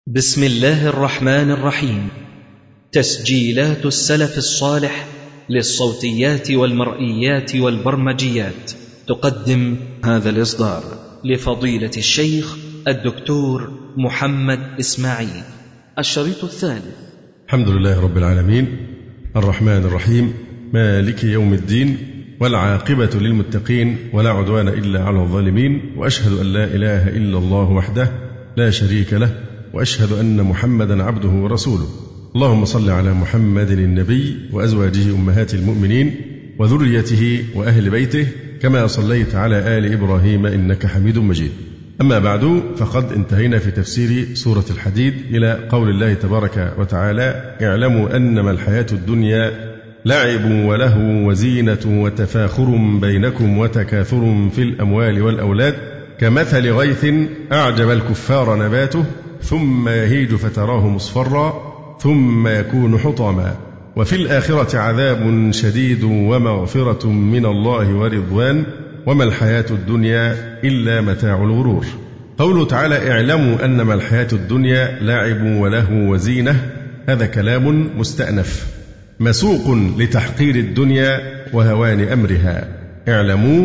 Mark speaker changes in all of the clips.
Speaker 1: بسم الله الرحمن الرحيم. تسجيلات السلف الصالح للصوتيات والمرئيات والبرمجيات تقدم هذا الإصدار لفضيلة الشيخ الدكتور محمد إسماعيل. الشريط الثالث.
Speaker 2: الحمد لله رب العالمين، الرحمن الرحيم، مالك يوم الدين، والعاقبة للمتقين، ولا عدوان إلا على الظالمين، وأشهد أن لا إله إلا الله وحده لا شريك له، وأشهد أن محمدا عبده ورسوله. اللهم صل على محمد النبي وأزواجه أمهات المؤمنين وذريته وأهل بيته كما صليت على آل إبراهيم إنك حميد مجيد. أما بعد، فقد انتهينا في تفسير سورة الحديد إلى قول الله تبارك وتعالى: اعلموا أنما الحياة الدنيا لعب ولهو وزينة وتفاخر بينكم وتكاثر في الأموال والأولاد كمثل غيث أعجب الكفار نباته ثم يهيج فتراه مصفرا ثم يكون حطاما وفي الآخرة عذاب شديد ومغفرة من الله ورضوان وما الحياة الدنيا إلا متاع الغرور. قوله تعالى: اعلموا أنما الحياة الدنيا لعب ولهو وزينة، هذا كلام مستأنف مسوق لتحقير الدنيا وهوان أمرها. اعلموا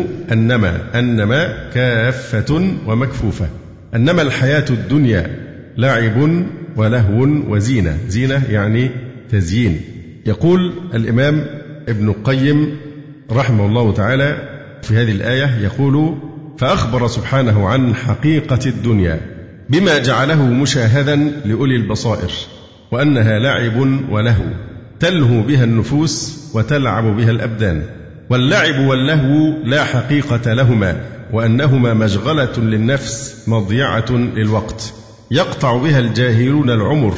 Speaker 2: أنما كافة ومكفوفة، أنما الحياة الدنيا لعب ولهو وزينة، زينة يعني تزيين. يقول الإمام ابن القيم رحمه الله تعالى في هذه الآية، يقول: فأخبر سبحانه عن حقيقة الدنيا بما جعله مشاهدا لأولي البصائر، وأنها لعب ولهو تلهو بها النفوس وتلعب بها الأبدان، واللعب واللهو لا حقيقة لهما، وأنهما مشغلة للنفس مضيعة للوقت يقطع بها الجاهلون العمر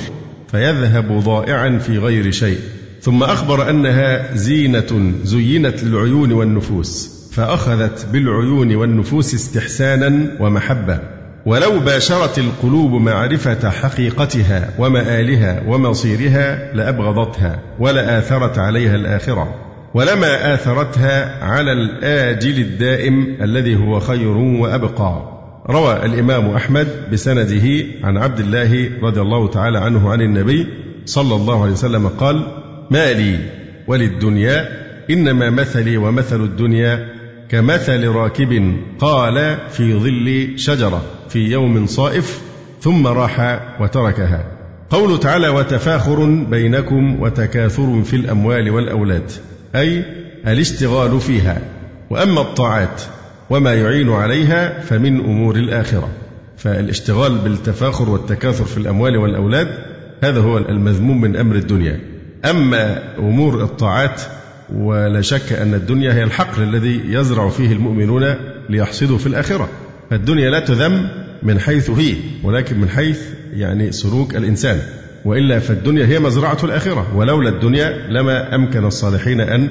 Speaker 2: فيذهب ضائعا في غير شيء. ثم أخبر أنها زينة زينت للعيون والنفوس فأخذت بالعيون والنفوس استحسانا ومحبة، ولو باشرت القلوب معرفة حقيقتها ومآلها ومصيرها لأبغضتها ولآثرت عليها الآخرة، ولما آثرتها على الآجل الدائم الذي هو خير وأبقى. روى الإمام أحمد بسنده عن عبد الله رضي الله تعالى عنه عن النبي صلى الله عليه وسلم قال: ما لي وللدنيا إنما مثلي ومثل الدنيا كمثل راكب قال في ظل شجرة في يوم صائف ثم راح وتركها. قوله تعالى: وتفاخر بينكم وتكاثر في الأموال والأولاد، أي الاشتغال فيها. وأما الطاعات وما يعين عليها فمن أمور الآخرة. فالاشتغال بالتفاخر والتكاثر في الأموال والأولاد هذا هو المذموم من أمر الدنيا. أما أمور الطاعات، ولا شك أن الدنيا هي الحقل الذي يزرع فيه المؤمنون ليحصدوا في الآخرة. فالدنيا لا تذم من حيث هي، ولكن من حيث يعني سلوك الإنسان، وإلا فالدنيا هي مزرعة الآخرة، ولولا الدنيا لما أمكن الصالحين أن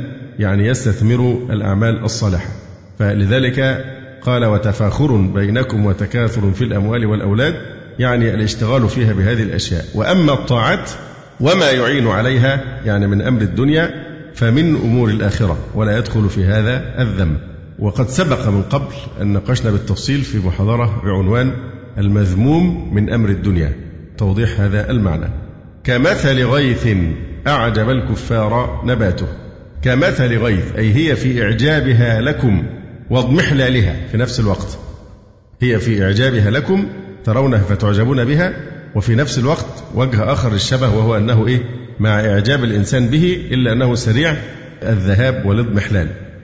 Speaker 2: يستثمروا الأعمال الصالحة. فلذلك قال: وتفاخر بينكم وتكاثر في الأموال والأولاد، يعني الاشتغال فيها بهذه الأشياء. وأما الطاعات وما يعين عليها يعني من أمر الدنيا فمن أمور الآخرة، ولا يدخل في هذا الذم. وقد سبق من قبل أن ناقشنا بالتفصيل في محاضرة بعنوان المذموم من أمر الدنيا توضيح هذا المعنى. كمثل غيث أعجب الكفار نباته، كمثل غيث أي هي في إعجابها لكم واضمحلالها في نفس الوقت. هي في إعجابها لكم ترونها فتعجبون بها، وفي نفس الوقت وجه آخر الشبه، وهو أنه مع إعجاب الإنسان به إلا أنه سريع الذهاب والاضمحلال.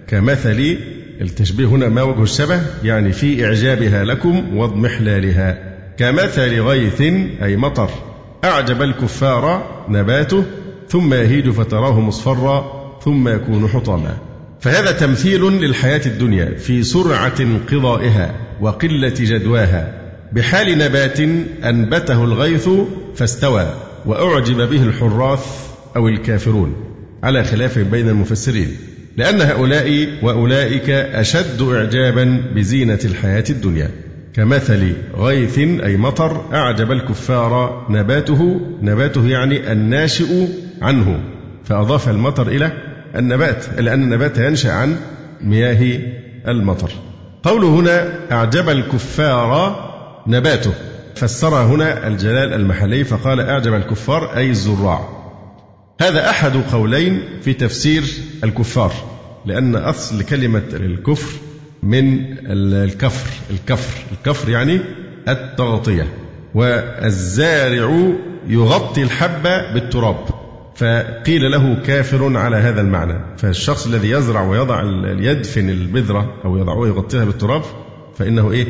Speaker 2: كمثل التشبيه هنا ما وجه الشبه، يعني في إعجابها لكم واضمحلالها. كمثل غيث أي مطر أعجب الكفار نباته ثم يهيج فتراه مصفرا ثم يكون حطاما. فهذا تمثيل للحياة الدنيا في سرعة انقضائها وقلة جدواها، بحال نبات أنبته الغيث فاستوى وأعجب به الحراث أو الكافرون، على خلاف بين المفسرين، لأن هؤلاء وأولئك أشد إعجابا بزينة الحياة الدنيا. كمثل غيث أي مطر أعجب الكفار نباته يعني الناشئ عنه، فأضاف المطر إلى النبات، لأن النبات ينشأ عن مياه المطر. قوله هنا أعجب الكفار نباته، فسرها هنا الجلال المحلي فقال أعجب الكفار أي الزراع. هذا أحد قولين في تفسير الكفار، لأن أصل كلمة الكفر من الكفر يعني التغطية، والزارع يغطي الحبة بالتراب، فقيل له كافر على هذا المعنى. فالشخص الذي يزرع ويضع يدفن البذرة أو يضعها يغطيها بالتراب فإنه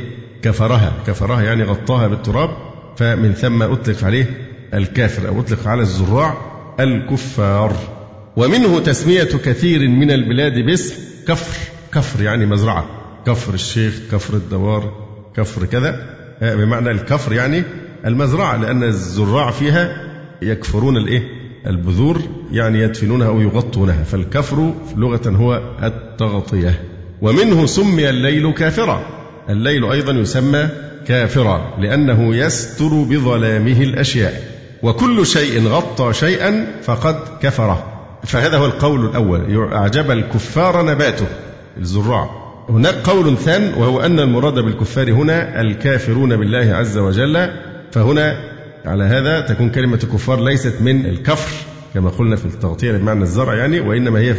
Speaker 2: كفرها يعني غطاها بالتراب، فمن ثم أطلق عليه الكافر أو أطلق على الزراع الكفار. ومنه تسمية كثير من البلاد باسم كفر يعني مزرعة، كفر الشيخ، كفر الدوار، كفر كذا، بمعنى الكفر يعني المزرعة، لأن الزراع فيها يكفرون البذور يعني يدفنونها أو يغطونها، فالكفر لغة هو التغطية. ومنه سمي الليل كافرا، الليل أيضا يسمى كافرا لأنه يستر بظلامه الأشياء، وكل شيء غطى شيئا فقد كفره. فهذا هو القول الأول، أعجب الكفار نباته الزراع. هناك قول ثاني وهو أن المراد بالكفار هنا الكافرون بالله عز وجل، فهنا على هذا تكون كلمة الكفار ليست من الكفر كما قلنا في التغطية بمعنى الزرع يعني، وإنما هي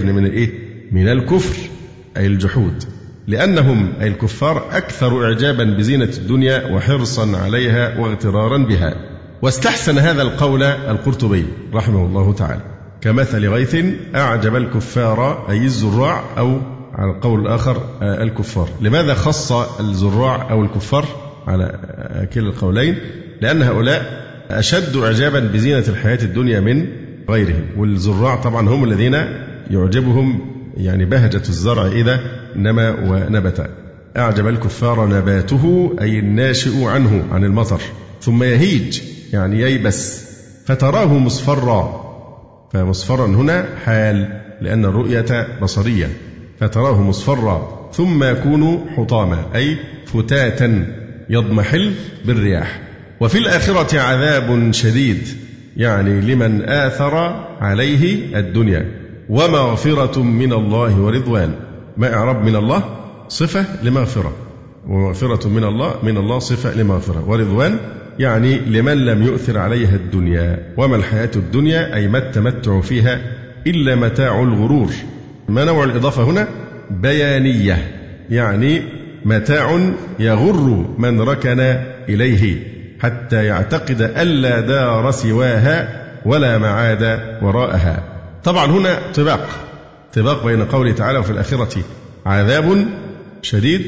Speaker 2: من الكفر أي الجحود، لأنهم أي الكفار أكثر إعجابا بزينة الدنيا وحرصا عليها واغترارا بها. واستحسن هذا القول القرطبي رحمه الله تعالى، كمثل غيث أعجب الكفار أي الزراع، أو على القول الآخر الكفار. لماذا خص الزراع أو الكفار على كلا القولين؟ لأن هؤلاء أشد إعجابا بزينة الحياة الدنيا من غيرهم، والزراع طبعا هم الذين يعجبهم يعني بهجة الزرع إذا نما ونبت. أعجب الكفار نباته أي الناشئ عنه عن المطر، ثم يهيج يعني ييبس فتراه مصفرا، فمصفرا هنا حال لأن الرؤية بصرية، فتراه مصفرا ثم يكون حطاما أي فتاتا يضمحل بالرياح. وفي الآخرة عذاب شديد يعني لمن آثر عليه الدنيا، ومغفرة من الله ورضوان. ما إعراب من الله؟ صفة لمغفرة، ومغفرة من الله صفة لمغفرة، ورضوان يعني لمن لم يؤثر عليها الدنيا. وما الحياة الدنيا أي ما التمتع فيها إلا متاع الغرور. ما نوع الإضافة هنا؟ بيانية، يعني متاع يغر من ركن إليه حتى يعتقد ألا دار سواها ولا معاد وراءها. طبعا هنا طباق بين قوله تعالى وفي الآخرة عذاب شديد،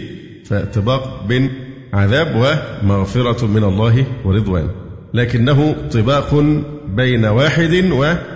Speaker 2: فطباق بين عذاب ومغفرة من الله ورضوان، لكنه طباق بين واحد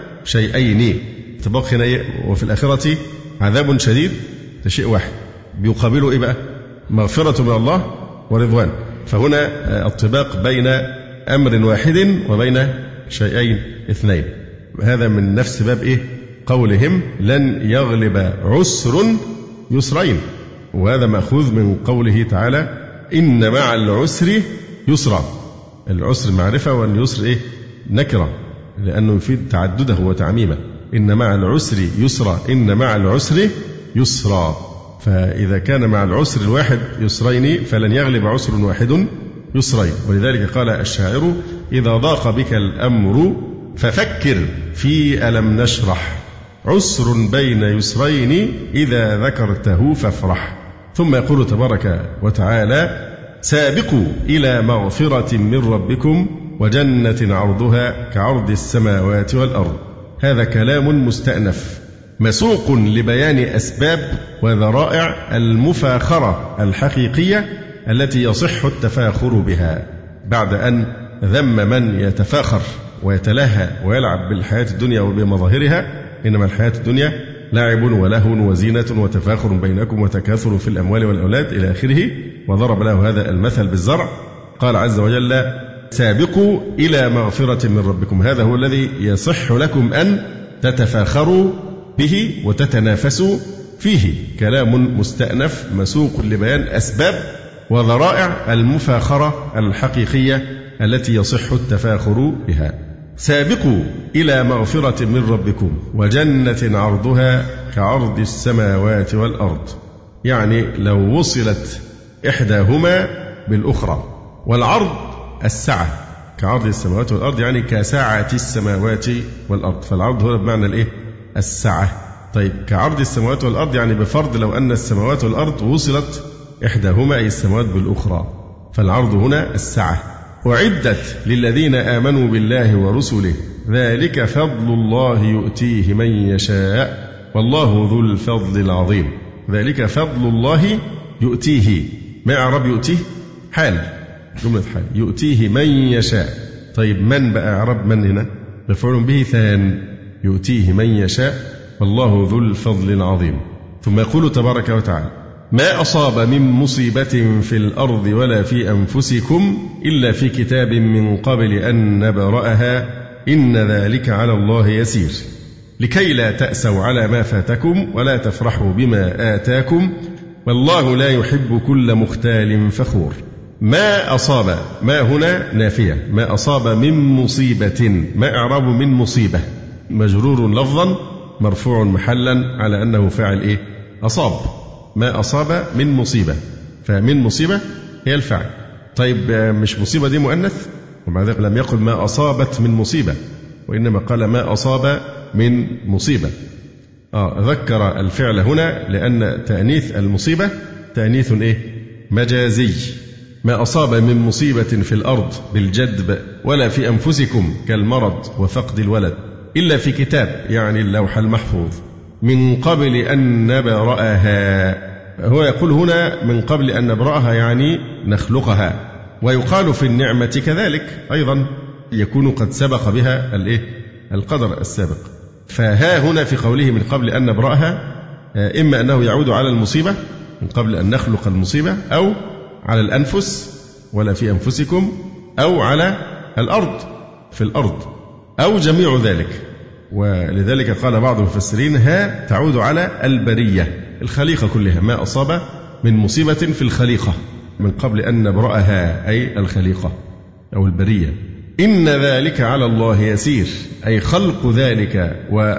Speaker 2: وشيئين. طباق هنا وفي الآخرة عذاب شديد ده شيء واحد، بيقابله بقى مغفرة من الله ورضوان. فهنا الطباق بين أمر واحد وبين شيئين اثنين. هذا من نفس باب قولهم لن يغلب عسر يسرين، وهذا مأخوذ من قوله تعالى إن مع العسر يسرا. العسر معرفة واليسر نكرة لأنه يفيد تعدده وتعميمه. إن مع العسر يسرا، إن مع العسر يسرا، فإذا كان مع العسر الواحد يسرين فلن يغلب عسر واحد يسرين. ولذلك قال الشاعر إذا ضاق بك الأمر ففكر في ألم نشرح، عسر بين يسرين إذا ذكرته فافرح. ثم يقول تبارك وتعالى سابقوا إلى مغفرة من ربكم وجنة عرضها كعرض السماوات والأرض. هذا كلام مستأنف مسوق لبيان أسباب وذرائع المفاخرة الحقيقية التي يصح التفاخر بها، بعد أن ذم من يتفاخر ويتلهى ويلعب بالحياة الدنيا وبمظاهرها. إنما الحياة الدنيا لعب ولهو وزينة وتفاخر بينكم وتكاثر في الأموال والأولاد إلى آخره، وضرب له هذا المثل بالزرع. قال عز وجل سابقوا إلى مغفرة من ربكم، هذا هو الذي يصح لكم أن تتفاخروا به وتتنافسوا فيه. كلام مستأنف مسوق لبيان أسباب وذرائع المفاخرة الحقيقية التي يصح التفاخر بها. سابقوا إلى مغفرة من ربكم وجنة عرضها كعرض السماوات والأرض، يعني لو وصلت إحداهما بالأخرى. والعرض السعة، كعرض السماوات والأرض يعني كسعة السماوات والأرض، فالعرض هنا بمعنى الإيه؟ السعة. طيب كعرض السماوات والأرض يعني بفرض لو أن السماوات والأرض وصلت إحداهما أي السماوات بالأخرى، فالعرض هنا السعة. أعدت للذين آمنوا بالله ورسله ذلك فضل الله يؤتيه من يشاء والله ذو الفضل العظيم. ذلك فضل الله يؤتيه، ما إعراب يؤتيه؟ حال، جملة حال، يؤتيه من يشاء. طيب من بقى إعراب من هنا؟ مفعول به ثان، يؤتيه من يشاء والله ذو الفضل العظيم. ثم يقول تبارك وتعالى ما أصاب من مصيبة في الأرض ولا في أنفسكم إلا في كتاب من قبل أن نبرأها إن ذلك على الله يسير لكي لا تأسوا على ما فاتكم ولا تفرحوا بما آتاكم والله لا يحب كل مختال فخور. ما أصاب، ما هنا نافية، ما أصاب من مصيبة، ما إعراب من مصيبة؟ مجرور لفظا مرفوع محلا على أنه فاعل إيه؟ أصاب. ما أصاب من مصيبة، فمن مصيبة هي الفاعل. طيب مش مصيبة دي مؤنث؟ ومع ذلك لم يقل ما أصابت من مصيبة، وإنما قال ما أصاب من مصيبة. ذكر الفعل هنا لأن تأنيث المصيبة تأنيث إيه؟ مجازي. ما أصاب من مصيبة في الأرض بالجدب ولا في أنفسكم كالمرض وفقد الولد إلا في كتاب يعني اللوح المحفوظ من قبل أن نبرأها. هو يقول هنا من قبل أن نبرأها يعني نخلقها، ويقال في النعمة كذلك أيضا يكون قد سبق بها القدر السابق. فها هنا في قوله من قبل أن نبرأها إما أنه يعود على المصيبة من قبل أن نخلق المصيبة، أو على الأنفس ولا في أنفسكم، أو على الأرض في الأرض، أو جميع ذلك. ولذلك قال بعض المفسرين ها تعود على البرية الخليقة كلها، ما أصاب من مصيبة في الخليقة من قبل أن نبرأها أي الخليقة أو البرية. إن ذلك على الله يسير أي خلق ذلك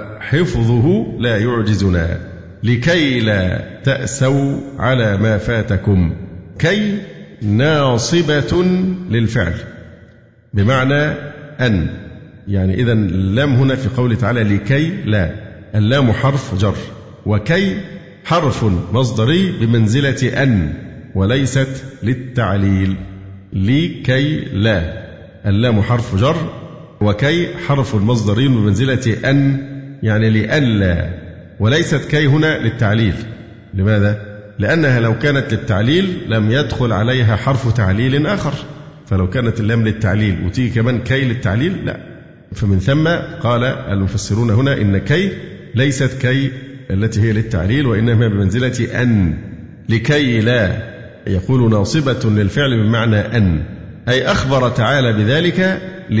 Speaker 2: وحفظه لا يعجزنا لكي لا تأسوا على ما فاتكم. كي ناصبة للفعل بمعنى أن، يعني إذن اللام هنا في قوله تعالى لكي لا، اللام حرف جر وكي حرف مصدري بمنزلة أن وليست للتعليل. لكي لا اللام حرف جر وكي حرف مصدري بمنزلة أن يعني لألا، وليست كي هنا للتعليل. لماذا؟ لأنها لو كانت للتعليل لم يدخل عليها حرف تعليل آخر، فلو كانت اللام للتعليل وتيجي كمان كي للتعليل لا. فمن ثم قال المفسرون هنا إن كي ليست كي التي هي للتعليل، وإنما بمنزلة أن. لكي لا يقول ناصبة للفعل بمعنى أن، أي أخبر تعالى بذلك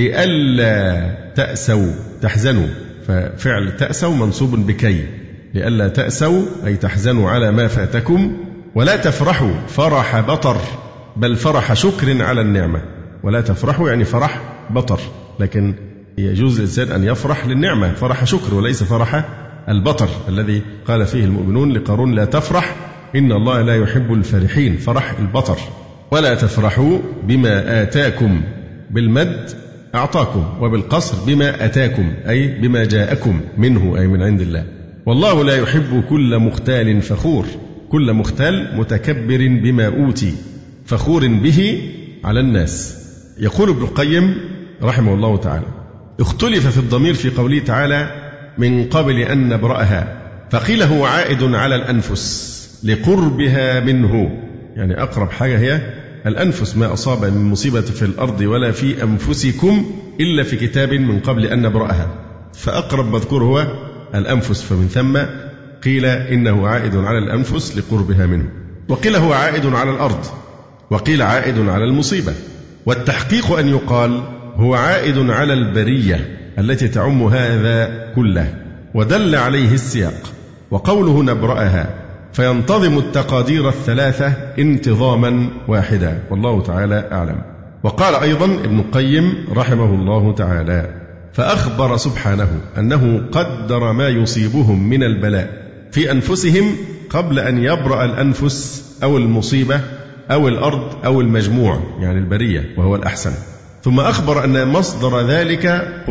Speaker 2: لئلا تأسوا تحزنوا، ففعل تأسوا منصوب بكي، لئلا تأسوا أي تحزنوا على ما فاتكم، ولا تفرحوا فرح بطر بل فرح شكر على النعمة. ولا تفرحوا يعني فرح بطر، لكن يجوز الإنسان أن يفرح للنعمة فرح شكر وليس فرح البطر الذي قال فيه المؤمنون لقارون لا تفرح إن الله لا يحب الفرحين، فرح البطر. ولا تفرحوا بما آتاكم بالمد أعطاكم، وبالقصر بما أتاكم أي بما جاءكم منه أي من عند الله. والله لا يحب كل مختال فخور، كل مختال متكبر بما أوتي فخور به على الناس. يقول ابن القيم رحمه الله تعالى اختلف في الضمير في قوله تعالى من قبل أن نبرأها، فقيل هو عائد على الأنفس لقربها منه، يعني أقرب حاجة هي الأنفس. ما أصاب من مصيبة في الأرض ولا في أنفسكم إلا في كتاب من قبل أن نبرأها، فأقرب مذكور هو الأنفس، فمن ثم قيل إنه عائد على الأنفس لقربها منه. وقيل هو عائد على الأرض، وقيل عائد على المصيبة. والتحقيق أن يقال هو عائد على البرية التي تعم هذا كله، ودل عليه السياق. وقوله نبرأها فينتظم التقادير الثلاثة انتظاما واحدا، والله تعالى أعلم. وقال أيضا ابن القيم رحمه الله تعالى فأخبر سبحانه أنه قدر ما يصيبهم من البلاء في أنفسهم قبل أن يبرأ الأنفس أو المصيبة أو الأرض أو المجموع يعني البرية، وهو الأحسن. ثم أخبر أن مصدر ذلك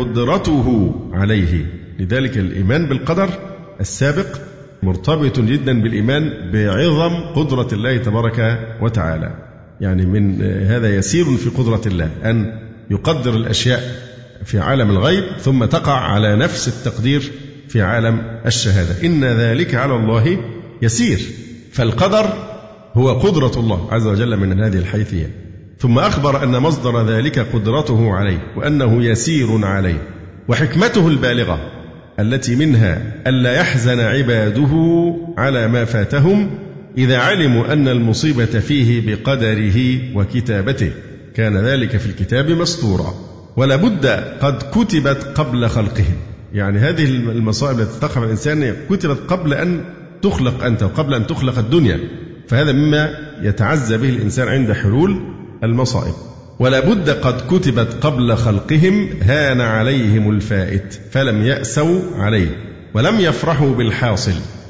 Speaker 2: قدرته عليه. لذلك الإيمان بالقدر السابق مرتبط جدا بالإيمان بعظم قدرة الله تبارك وتعالى. يعني من هذا يسير في قدرة الله أن يقدر الأشياء في عالم الغيب ثم تقع على نفس التقدير في عالم الشهادة. إن ذلك على الله يسير. فالقدر هو قدرة الله عز وجل من هذه الحيثية. ثم أخبر أن مصدر ذلك قدرته عليه وأنه يسير عليه، وحكمته البالغة التي منها ألا يحزن عباده على ما فاتهم إذا علموا أن المصيبة فيه بقدره وكتابته، كان ذلك في الكتاب مسطورا ولا بد قد كتبت قبل خلقهم. يعني هذه المصائب التي تقع على الإنسان كتبت قبل أن تخلق أنت وقبل أن تخلق الدنيا، فهذا مما يتعزى به الإنسان عند حلول المصائب. ولا بد قد كتبت قبل خلقهم هان عليهم الفائت فلم يأسوا عليه ولم يفرحوا بالحاصل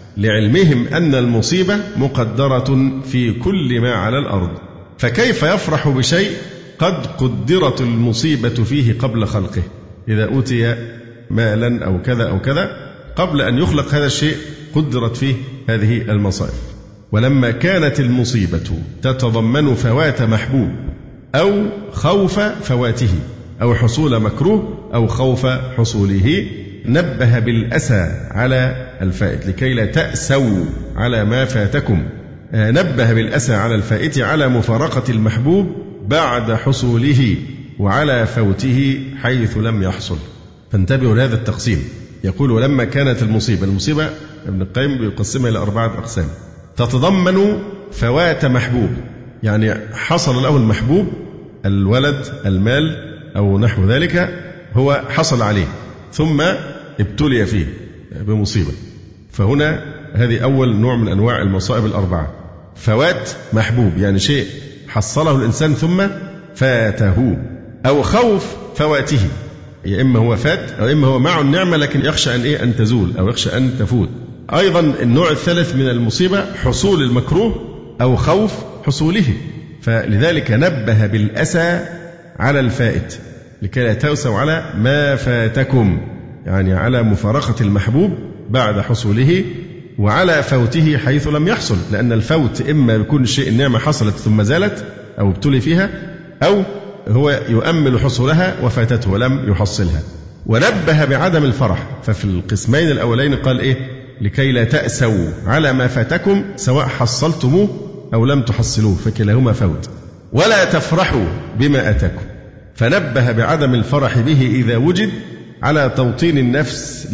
Speaker 2: لعلمهم أن المصيبة مقدرة في كل ما على الأرض، فكيف يفرح بشيء قد قدرت المصيبة فيه قبل خلقه؟ إذا أوتي مالا أو كذا أو كذا قبل أن يخلق هذا الشيء قدرت فيه هذه المصائب. ولما كانت المصيبة تتضمن فوات محبوب أو خوف فواته أو حصول مكروه أو خوف حصوله نبه بالأسى على الفائت لكي لا تأسوا على ما فاتكم. نبه بالأسى على الفائت على مفارقة المحبوب بعد حصوله وعلى فوته حيث لم يحصل. فانتبهوا لهذا التقسيم. يقول ولما كانت المصيبة ابن القيم بيقسمها إلى 4 أقسام تتضمن فوات محبوب، يعني حصل له المحبوب الولد المال أو نحو ذلك، هو حصل عليه ثم ابتلي فيه بمصيبة، فهنا هذه أول نوع من أنواع المصائب 4. فوات محبوب يعني شيء حصله الإنسان ثم فاته، أو خوف فواته، يا إما هو فات أو إما هو معه النعمة لكن يخشى أن تزول أو يخشى أن تفوت. أيضا النوع الثالث من المصيبة حصول المكروه أو خوف حصوله، فلذلك نبه بالأسى على الفائت لكي لا تأسوا على ما فاتكم، يعني على مفارقة المحبوب بعد حصوله وعلى فوته حيث لم يحصل، لأن الفوت إما يكون شيء النعمة حصلت ثم زالت أو ابتلي فيها، أو هو يؤمل حصولها وفاتته ولم يحصلها. ونبه بعدم الفرح، ففي القسمين الأولين قال لكي لا تأسوا على ما فاتكم سواء حصلتموه أو لم تحصلوه فكلاهما فوت، ولا تفرحوا بما أتاكم، فنبه بعدم الفرح به إذا وجد على توطين النفس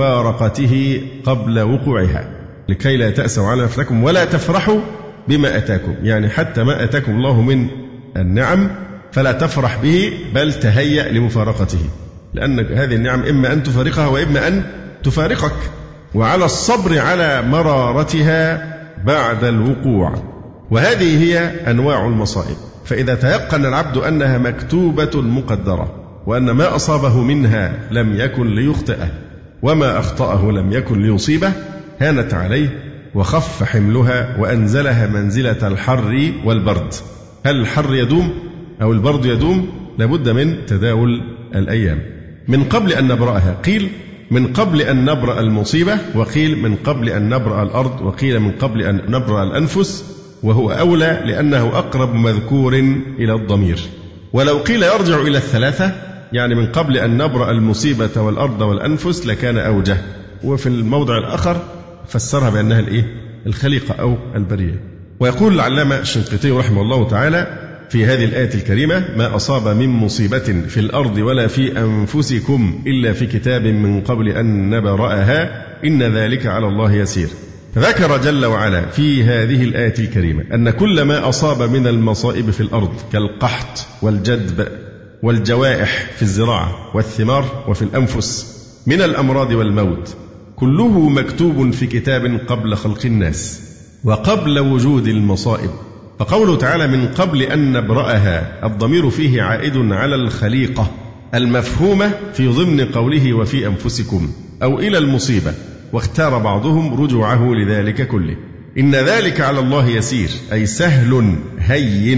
Speaker 2: لمفارقته قبل وقوعها، لكي لا تأسوا على ما فاتكم ولا تفرحوا بما أتاكم، يعني حتى ما أتاكم الله من النعم فلا تفرح به بل تهيأ لمفارقته، لأن هذه النعم إما أن تفارقها وإما أن تفارقك، وعلى الصبر على مرارتها بعد الوقوع. وهذه هي أنواع المصائب. فإذا تيقن العبد أنها مكتوبة مقدرة وأن ما أصابه منها لم يكن ليخطئه وما أخطأه لم يكن ليصيبه هانت عليه وخف حملها وأنزلها منزلة الحر والبرد. هل الحر يدوم أو البرد يدوم؟ لابد من تداول الأيام. من قبل أن نبرأها، قيل من قبل أن نبرأ المصيبة، وقيل من قبل أن نبرأ الأرض، وقيل من قبل أن نبرأ الأنفس، وهو أولى لأنه أقرب مذكور إلى الضمير. ولو قيل يرجع إلى 3، يعني من قبل أن نبرأ المصيبة والأرض والأنفس لكان أوجه. وفي الموضع الآخر فسرها بأنها الخليقة أو البرية. ويقول العلامة الشنقيطي رحمه الله تعالى في هذه الآية الكريمة: ما أصاب من مصيبة في الأرض ولا في أنفسكم إلا في كتاب من قبل أن نبرأها إن ذلك على الله يسير. فذكر جل وعلا في هذه الآية الكريمة أن كل ما أصاب من المصائب في الأرض كالقحط والجدب والجوائح في الزراعة والثمار وفي الأنفس من الأمراض والموت كله مكتوب في كتاب قبل خلق الناس وقبل وجود المصائب. فقوله تعالى من قبل أن نبرأها الضمير فيه عائد على الخليقة المفهومة في ضمن قوله وفي أنفسكم أو إلى المصيبة، واختار بعضهم رجوعه لذلك كله. إن ذلك على الله يسير، أي سهل هين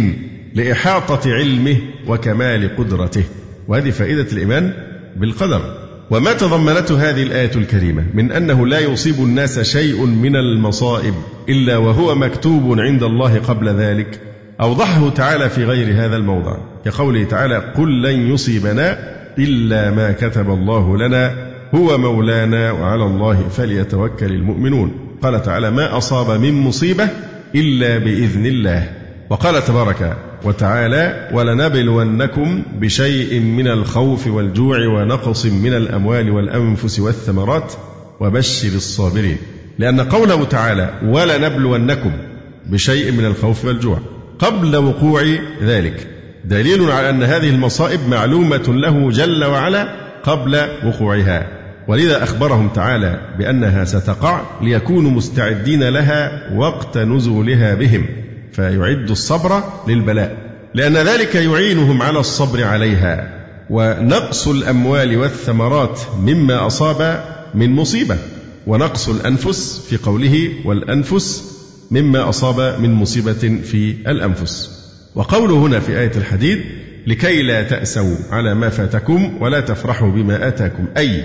Speaker 2: لإحاطة علمه وكمال قدرته. وهذه فائدة الإيمان بالقدر. وما تضمنته هذه الآية الكريمة من أنه لا يصيب الناس شيء من المصائب إلا وهو مكتوب عند الله قبل ذلك أوضحه تعالى في غير هذا الموضع، كقوله تعالى: قل لن يصيبنا إلا ما كتب الله لنا هو مولانا وعلى الله فليتوكل المؤمنون. قال تعالى: ما أصاب من مصيبة إلا بإذن الله. وقال تبارك وتعالى: ولنبلونكم بشيء من الخوف والجوع ونقص من الأموال والأنفس والثمرات وبشر الصابرين. لأن قوله تعالى: ولنبلونكم بشيء من الخوف والجوع قبل وقوع ذلك دليل على أن هذه المصائب معلومة له جل وعلا قبل وقوعها، ولذا أخبرهم تعالى بأنها ستقع ليكونوا مستعدين لها وقت نزولها بهم، فيعد الصبر للبلاء، لأن ذلك يعينهم على الصبر عليها. ونقص الأموال والثمرات مما أصاب من مصيبة، ونقص الأنفس في قوله والأنفس مما أصاب من مصيبة في الأنفس. وقوله هنا في آية الحديد: لكي لا تأسوا على ما فاتكم ولا تفرحوا بما آتاكم، أي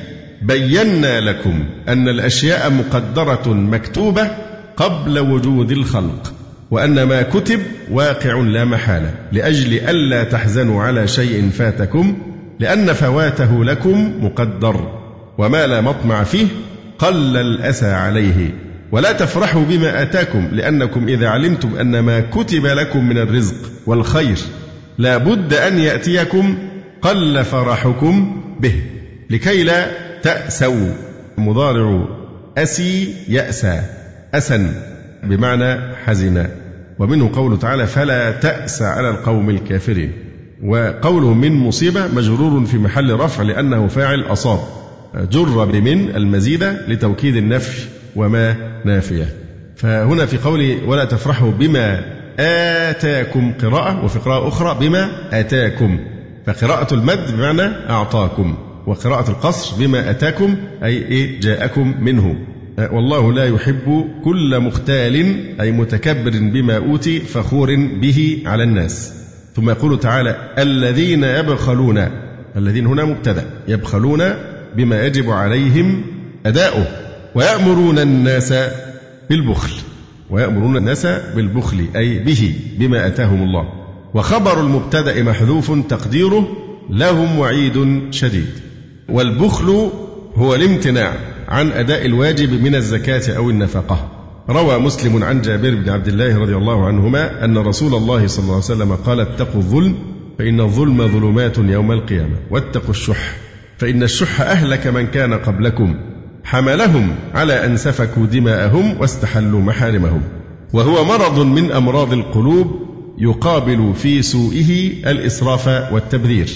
Speaker 2: بينا لكم أن الأشياء مقدرة مكتوبة قبل وجود الخلق، وأن ما كتب واقع لا محالة، لأجل ألا تحزنوا على شيء فاتكم لأن فواته لكم مقدر، وما لا مطمع فيه قل الأسى عليه. ولا تفرحوا بما آتاكم لأنكم إذا علمتم أن ما كتب لكم من الرزق والخير لا بد أن يأتيكم قل فرحكم به. لكي لا تأسوا، مضارع أسي يأسى، أسا بمعنى حزنا. ومنه قوله تعالى: فلا تأس على القوم الكافرين. وقوله من مصيبة مجرور في محل رفع لأنه فاعل أصاب، جر بمن المزيدة لتوكيد النفي وما نافية. فهنا في قوله ولا تفرحوا بما آتاكم قراءة، وفي قراءة أخرى بما آتاكم، فقراءة المد بمعنى أعطاكم، وقراءة القصر بما آتاكم أي جاءكم منه. والله لا يحب كل مختال أي متكبر بما أوتي فخور به على الناس. ثم يقول تعالى: الذين يبخلون، الذين هنا مبتدأ، يبخلون بما يجب عليهم أداؤه، ويأمرون الناس بالبخل، ويأمرون الناس بالبخل أي به بما أتاهم الله. وخبر المبتدأ محذوف تقديره لهم وعيد شديد. والبخل هو الامتناع عن أداء الواجب من الزكاة أو النفقة. روى مسلم عن جابر بن عبد الله رضي الله عنهما أن رسول الله صلى الله عليه وسلم قال: اتقوا الظلم فإن الظلم ظلمات يوم القيامة، واتقوا الشح فإن الشح أهلك من كان قبلكم، حملهم على أن سفكوا دماءهم واستحلوا محارمهم. وهو مرض من أمراض القلوب يقابل في سوءه الإسراف والتبذير،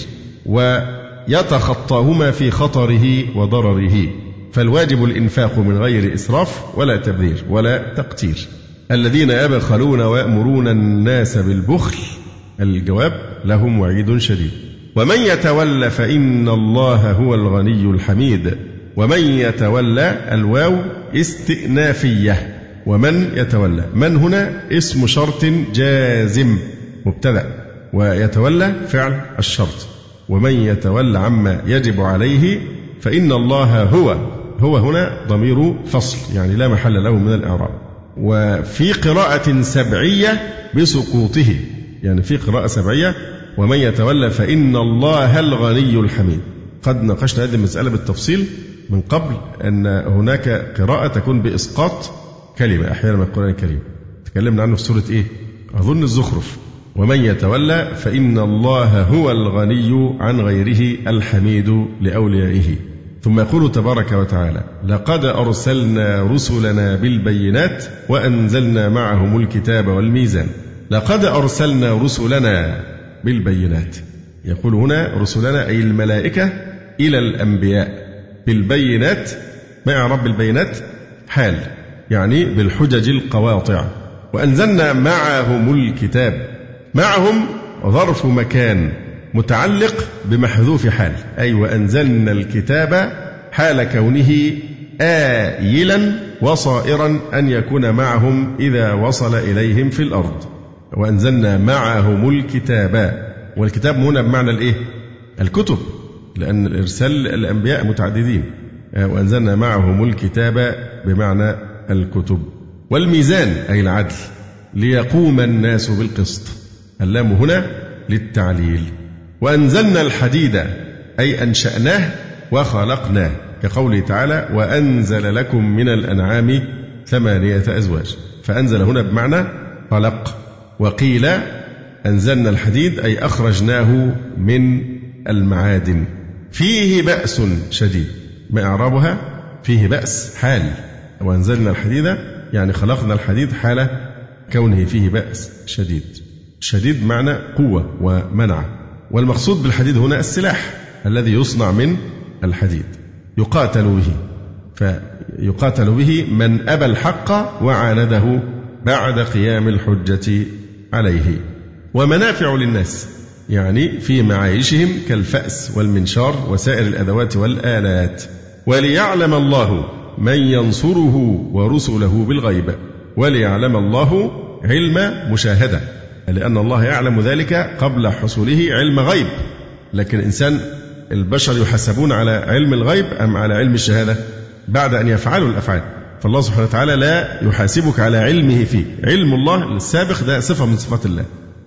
Speaker 2: ويتخطاهما في خطره وضرره، فالواجب الإنفاق من غير إسراف ولا تبذير ولا تقتير. الذين يبخلون ويأمرون الناس بالبخل، الجواب لهم وعيد شديد. ومن يتولى فإن الله هو الغني الحميد. ومن يتولى الواو استئنافية، ومن يتولى، من هنا اسم شرط جازم مبتدأ، ويتولى فعل الشرط. ومن يتولى عما يجب عليه فإن الله هو هنا ضمير فصل، يعني لا محل له من الإعراب. وفي قراءة سبعية بسقوطه، يعني في قراءة سبعية ومن يتولى فإن الله الغني الحميد. قد ناقشنا هذه المسألة بالتفصيل من قبل، أن هناك قراءة تكون بإسقاط كلمة أحيانا من القرآن الكريم، تكلمنا عنه في سورة أظن الزخرف. ومن يتولى فإن الله هو الغني عن غيره الحميد لأوليائه. ثم يقول تبارك وتعالى: لقد أرسلنا رسلنا بالبينات وأنزلنا معهم الكتاب والميزان. لقد أرسلنا رسلنا بالبينات، يقول هنا رسلنا أي الملائكة إلى الأنبياء بالبينات. ما إعراب بالبينات؟ حال، يعني بالحجج القواطع. وأنزلنا معهم الكتاب، معهم ظرف مكان متعلق بمحذوف حال، أي وأنزلنا الكتاب حال كونه آيلا وصائرا أن يكون معهم إذا وصل إليهم في الأرض. وأنزلنا معهم الكتاب، والكتاب هنا بمعنى الإيه؟ الكتب، لأن الإرسال الأنبياء متعددين. وأنزلنا معهم الكتاب بمعنى الكتب. والميزان أي العدل، ليقوم الناس بالقسط، اللام هنا للتعليل. وأنزلنا الحديد أي أنشأناه وخلقناه، كقوله تعالى وأنزل لكم من الأنعام 8 أزواج، فأنزل هنا بمعنى خلق. وقيل أنزلنا الحديد أي أخرجناه من المعادن. فيه بأس شديد، ما إعرابها؟ فيه بأس حال، وأنزلنا الحديد يعني خلقنا الحديد حال كونه فيه بأس شديد. شديد معنى قوة ومنع، والمقصود بالحديد هنا السلاح الذي يصنع من الحديد يقاتل به، فيقاتل به من أبى الحق وعانده بعد قيام الحجة عليه. ومنافع للناس يعني في معايشهم كالفأس والمنشار وسائر الأدوات والآلات. وليعلم الله من ينصره ورسله بالغيب، وليعلم الله علم مشاهدة، لأن الله يعلم ذلك قبل حصوله علم غيب. لكن الإنسان البشر يحسبون على علم الغيب أم على علم الشهادة؟ بعد أن يفعلوا الأفعال. فالله سبحانه وتعالى لا يحاسبك على علمه فيه، علم الله السابق ده صفة من صفات الله،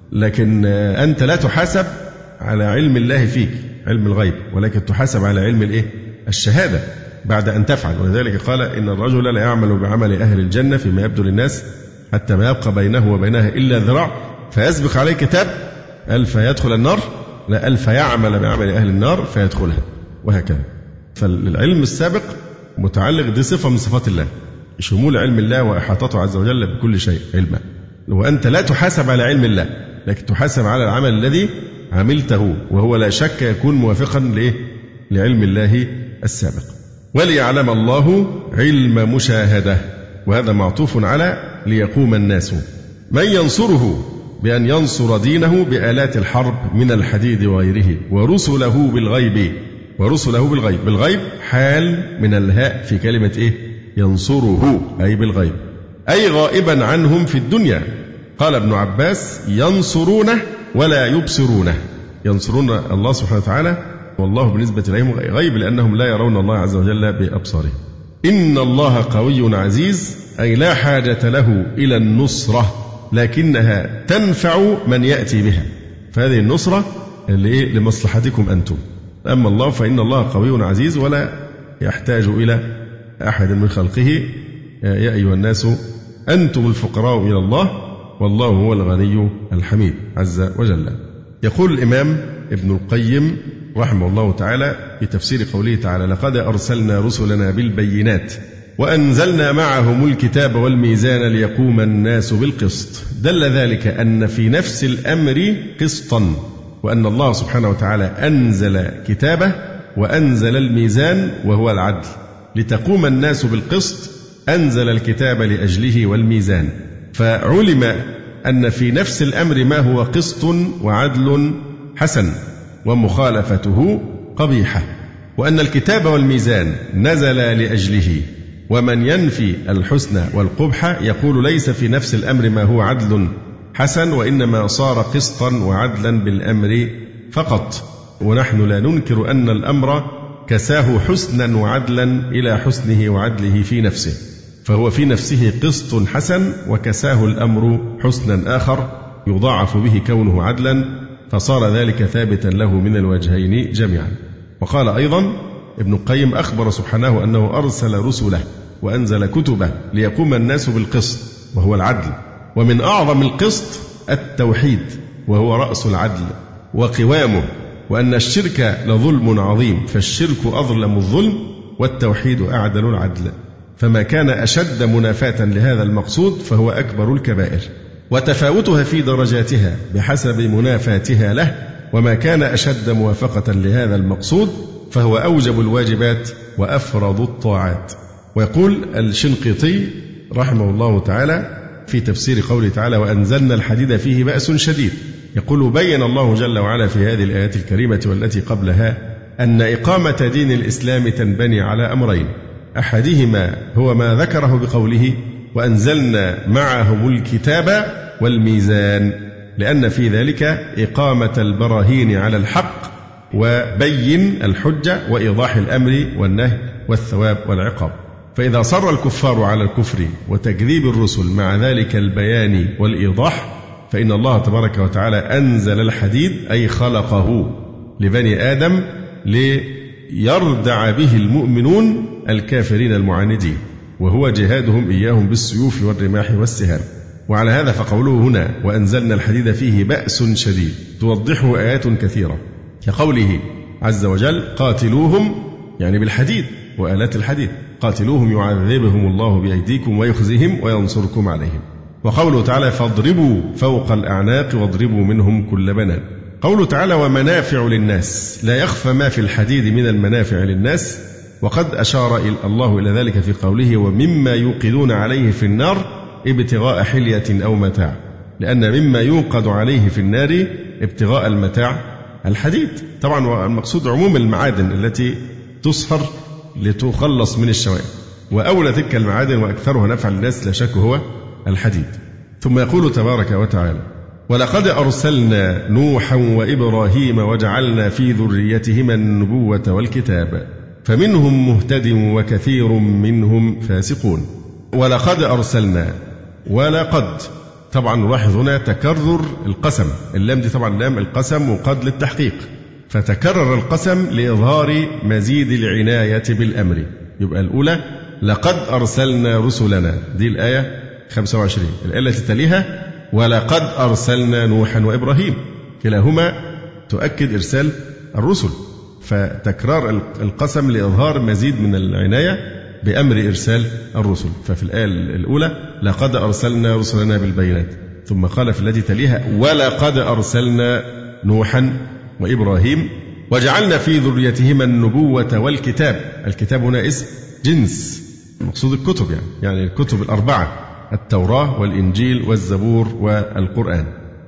Speaker 2: لكن أنت لا تحاسب على علم الله فيك علم الغيب، ولكن تحاسب على علم الإيه؟ الشهادة بعد أن تفعل. ولذلك قال إن الرجل لا يعمل بعمل أهل الجنة فيما يبدو للناس حتى ما يبقى بينه وبينها إلا ذراع فيسبق عليه كتاب فيدخل النار، لا فيعمل بعمل أهل النار فيدخلها، وهكذا. فالعلم السابق متعلق، دي صفة من صفات الله، شمول علم الله وإحاطته عز وجل بكل شيء علما. وأنت لا تحاسب على علم الله، لكن تحاسب على العمل الذي عملته، وهو لا شك يكون موافقا لعلم الله السابق. وليعلم الله علم مشاهدة، وهذا معطوف على ليقوم الناس. من ينصره بأن ينصر دينه بآلات الحرب من الحديد وغيره، ورسله بالغيب. ورسله بالغيب، بالغيب حال من الهاء في كلمة إيه؟ ينصره أي بالغيب، أي غائبا عنهم في الدنيا. قال ابن عباس ينصرونه ولا يبصرونه، ينصرون الله سبحانه وتعالى والله بالنسبة إليهم غيب، لأنهم لا يرون الله عز وجل بأبصارهم. إن الله قوي عزيز، أي لا حاجة له إلى النصرة، لكنها تنفع من يأتي بها، فهذه النصرة لمصلحتكم أنتم. أما الله فإن الله قوي عزيز ولا يحتاج إلى أحد من خلقه. يا أيها الناس أنتم الفقراء إلى الله والله هو الغني الحميد عز وجل. يقول الإمام ابن القيم رحمه الله تعالى في تفسير قوله تعالى لقد أرسلنا رسلنا بالبينات وأنزلنا معهم الكتاب والميزان ليقوم الناس بالقسط، دل ذلك أن في نفس الأمر قسطا، وأن الله سبحانه وتعالى أنزل كتابه وأنزل الميزان وهو العدل لتقوم الناس بالقسط، أنزل الكتاب لأجله والميزان. فعلم أن في نفس الأمر ما هو قسط وعدل حسن ومخالفته قبيحة، وأن الكتاب والميزان نزل لأجله. ومن ينفي الحسن والقبح يقول ليس في نفس الأمر ما هو عدل حسن، وإنما صار قسطا وعدلا بالأمر فقط. ونحن لا ننكر أن الأمر كساه حسنا وعدلا إلى حسنه وعدله في نفسه، فهو في نفسه قسط حسن، وكساه الأمر حسنا آخر يضاعف به كونه عدلا، فصار ذلك ثابتا له من الوجهين جميعا. وقال أيضا ابن القيم أخبر سبحانه أنه أرسل رسله وأنزل كتبه ليقوم الناس بالقسط وهو العدل، ومن أعظم القسط التوحيد وهو رأس العدل وقوامه، وأن الشرك لظلم عظيم، فالشرك أظلم الظلم والتوحيد أعدل العدل، فما كان أشد منافاة لهذا المقصود فهو أكبر الكبائر، وتفاوتها في درجاتها بحسب منافاتها له، وما كان أشد موافقة لهذا المقصود فهو أوجب الواجبات وأفرض الطاعات. ويقول الشنقيطي رحمه الله تعالى في تفسير قوله تعالى وأنزلنا الحديد فيه بأس شديد، يقول بين الله جل وعلا في هذه الآيات الكريمة والتي قبلها أن إقامة دين الإسلام تنبني على أمرين، أحدهما هو ما ذكره بقوله وأنزلنا معهم الكتاب والميزان، لأن في ذلك إقامة البراهين على الحق وبين الحجة وإيضاح الأمر والنهي والثواب والعقاب. فإذا صر الكفار على الكفر وتكذيب الرسل مع ذلك البيان والإيضاح، فإن الله تبارك وتعالى أنزل الحديد أي خلقه لبني آدم ليردع به المؤمنون الكافرين المعاندين، وهو جهادهم إياهم بالسيوف والرماح والسهام. وعلى هذا فقوله هنا وأنزلنا الحديد فيه بأس شديد توضحه آيات كثيرة، كقوله عز وجل قاتلوهم يعني بالحديد وآلات الحديد، قاتلوهم يعذبهم الله بأيديكم ويخزهم وينصركم عليهم. وقوله تعالى فاضربوا فوق الأعناق واضربوا منهم كل بنان. قوله تعالى ومنافع للناس، لا يخفى ما في الحديد من المنافع للناس، وقد أشار الله إلى ذلك في قوله ومما يوقدون عليه في النار ابتغاء حلية أو متاع، لأن مما يوقد عليه في النار ابتغاء المتاع الحديد. طبعا المقصود عموم المعادن التي تصهر لتخلص من الشوائب، وأولى تلك المعادن وأكثرها نفع للناس لا شك هو الحديد. ثم يقول تبارك وتعالى ولقد أرسلنا نوحا وإبراهيم وجعلنا في ذريتهما النبوة والكتاب فمنهم مهتد وكثير منهم فاسقون. ولقد أرسلنا، ولقد طبعا نلاحظ هنا تكرر القسم، اللام دي طبعا لام القسم وقد للتحقيق، فتكرر القسم لإظهار مزيد العناية بالأمر. يبقى الأولى لقد أرسلنا رسلنا، دي الآية 25. الآية التي تليها ولقد أرسلنا نوحا وإبراهيم، كلاهما تؤكد إرسال الرسل، فتكرار القسم لإظهار مزيد من العناية بأمر إرسال الرسل. ففي الآية الأولى لقد أرسلنا رسلنا بالبينات، ثم قال في التي تليها ولقد أرسلنا نوحا وإبراهيم وجعلنا في ذريتهما النبوة والكتاب. الكتاب هنا اسم جنس، مقصود الكتب يعني الكتب الأربعة، التوراة والإنجيل والزبور والقرآن،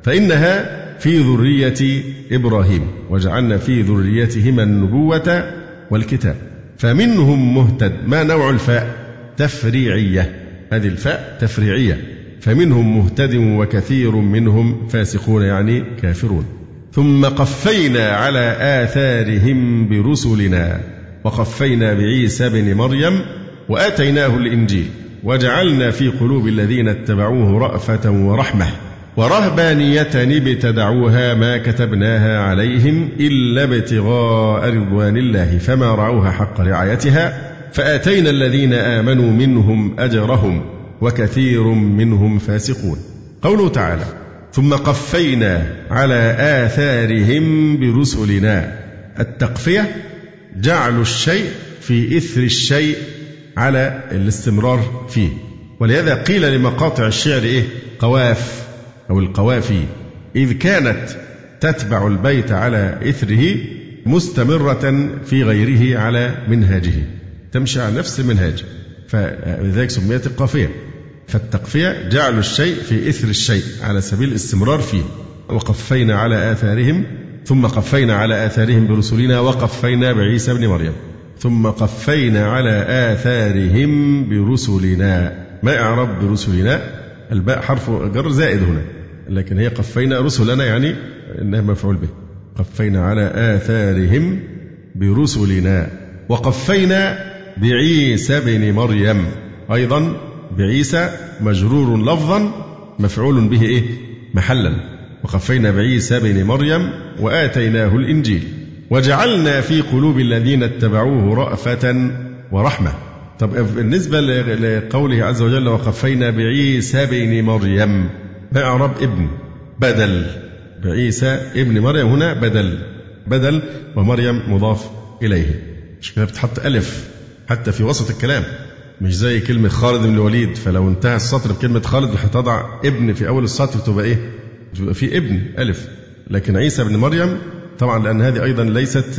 Speaker 2: فإنها في ذرية إبراهيم وجعلنا في ذريتهما النبوة والكتاب فمنهم مهتد. ما نوع الفاء؟ تفريعية، هذه الفاء تفريعية. فمنهم مهتد وكثير منهم فاسقون يعني كافرون. ثم قفينا على آثارهم برسلنا وقفينا بعيسى بن مريم وآتيناه الإنجيل وجعلنا في قلوب الذين اتبعوه رأفة ورحمة ورهبانية ابتدعوها ما كتبناها عليهم إلا ابتغاء رضوان الله فما رعوها حق رعايتها فآتينا الذين آمنوا منهم أجرهم وكثير منهم فاسقون. قوله تعالى ثم قفينا على آثارهم برسلنا. التقفية جعل الشيء في إثر الشيء على الاستمرار فيه، ولهذا قيل لمقاطع الشعر قواف أو القوافي، إذ كانت تتبع البيت على إثره مستمرة في غيره على منهاجه، تمشي على نفس المنهاج، فلذلك سميت القافية. فالتقفية جعل الشيء في إثر الشيء على سبيل الاستمرار فيه. وقفينا على آثارهم، ثم قفينا على آثارهم برسلنا وقفينا بعيسى بن مريم، ثم قفينا على آثارهم برسلنا. ما إعراب برسلنا؟ الباء حرف جر زائد هنا، لكن هي قفينا رسلنا يعني إنها مفعول به. قفينا على آثارهم برسلنا وقفينا بعيسى بن مريم، أيضا بعيسى مجرور لفظا مفعول به محلا. وقفينا بعيسى بن مريم وآتيناه الإنجيل وجعلنا في قلوب الذين اتبعوه رأفة ورحمة. طب بالنسبة لقوله عز وجل وقفينا بعيسى بن مريم، ما إعراب ابن؟ بدل. بعيسى ابن مريم هنا بدل ومريم مضاف إليه، مش كده بتحط ألف حتى في وسط الكلام، مش زي كلمة خالد بن الوليد، فلو انتهى السطر بكلمة خالد هتضع ابن في أول السطر تبقى تبقى في ابن ألف. لكن عيسى بن مريم طبعا لأن هذه أيضا ليست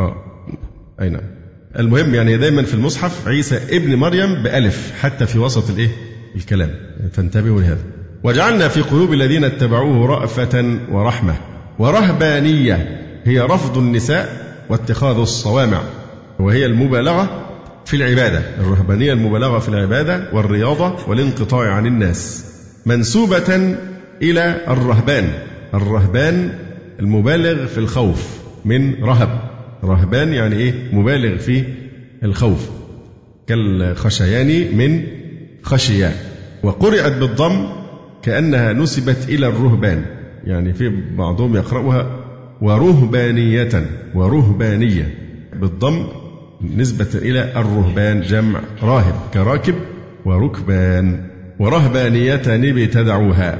Speaker 2: أي نعم. المهم يعني دايما في المصحف عيسى ابن مريم بألف حتى في وسط الكلام، فانتبهوا لهذا. وجعلنا في قلوب الذين اتبعوه رأفة ورحمة ورهبانية، هي رفض النساء واتخاذ الصوامع، وهي المبالغة في العبادة، الرهبانية المبالغة في العبادة والرياضة والانقطاع عن الناس، منسوبة إلى الرهبان المبالغ في الخوف من رهب. رهبان يعني إيه؟ مبالغ في الخوف، كالخشيان من خشيان. وقرأت بالضم كأنها نسبت إلى الرهبان، يعني في بعضهم يقرأها ورهبانية بالضم نسبة إلى الرهبان، جمع راهب كراكب وركبان. ورهبانية ابتدعوها،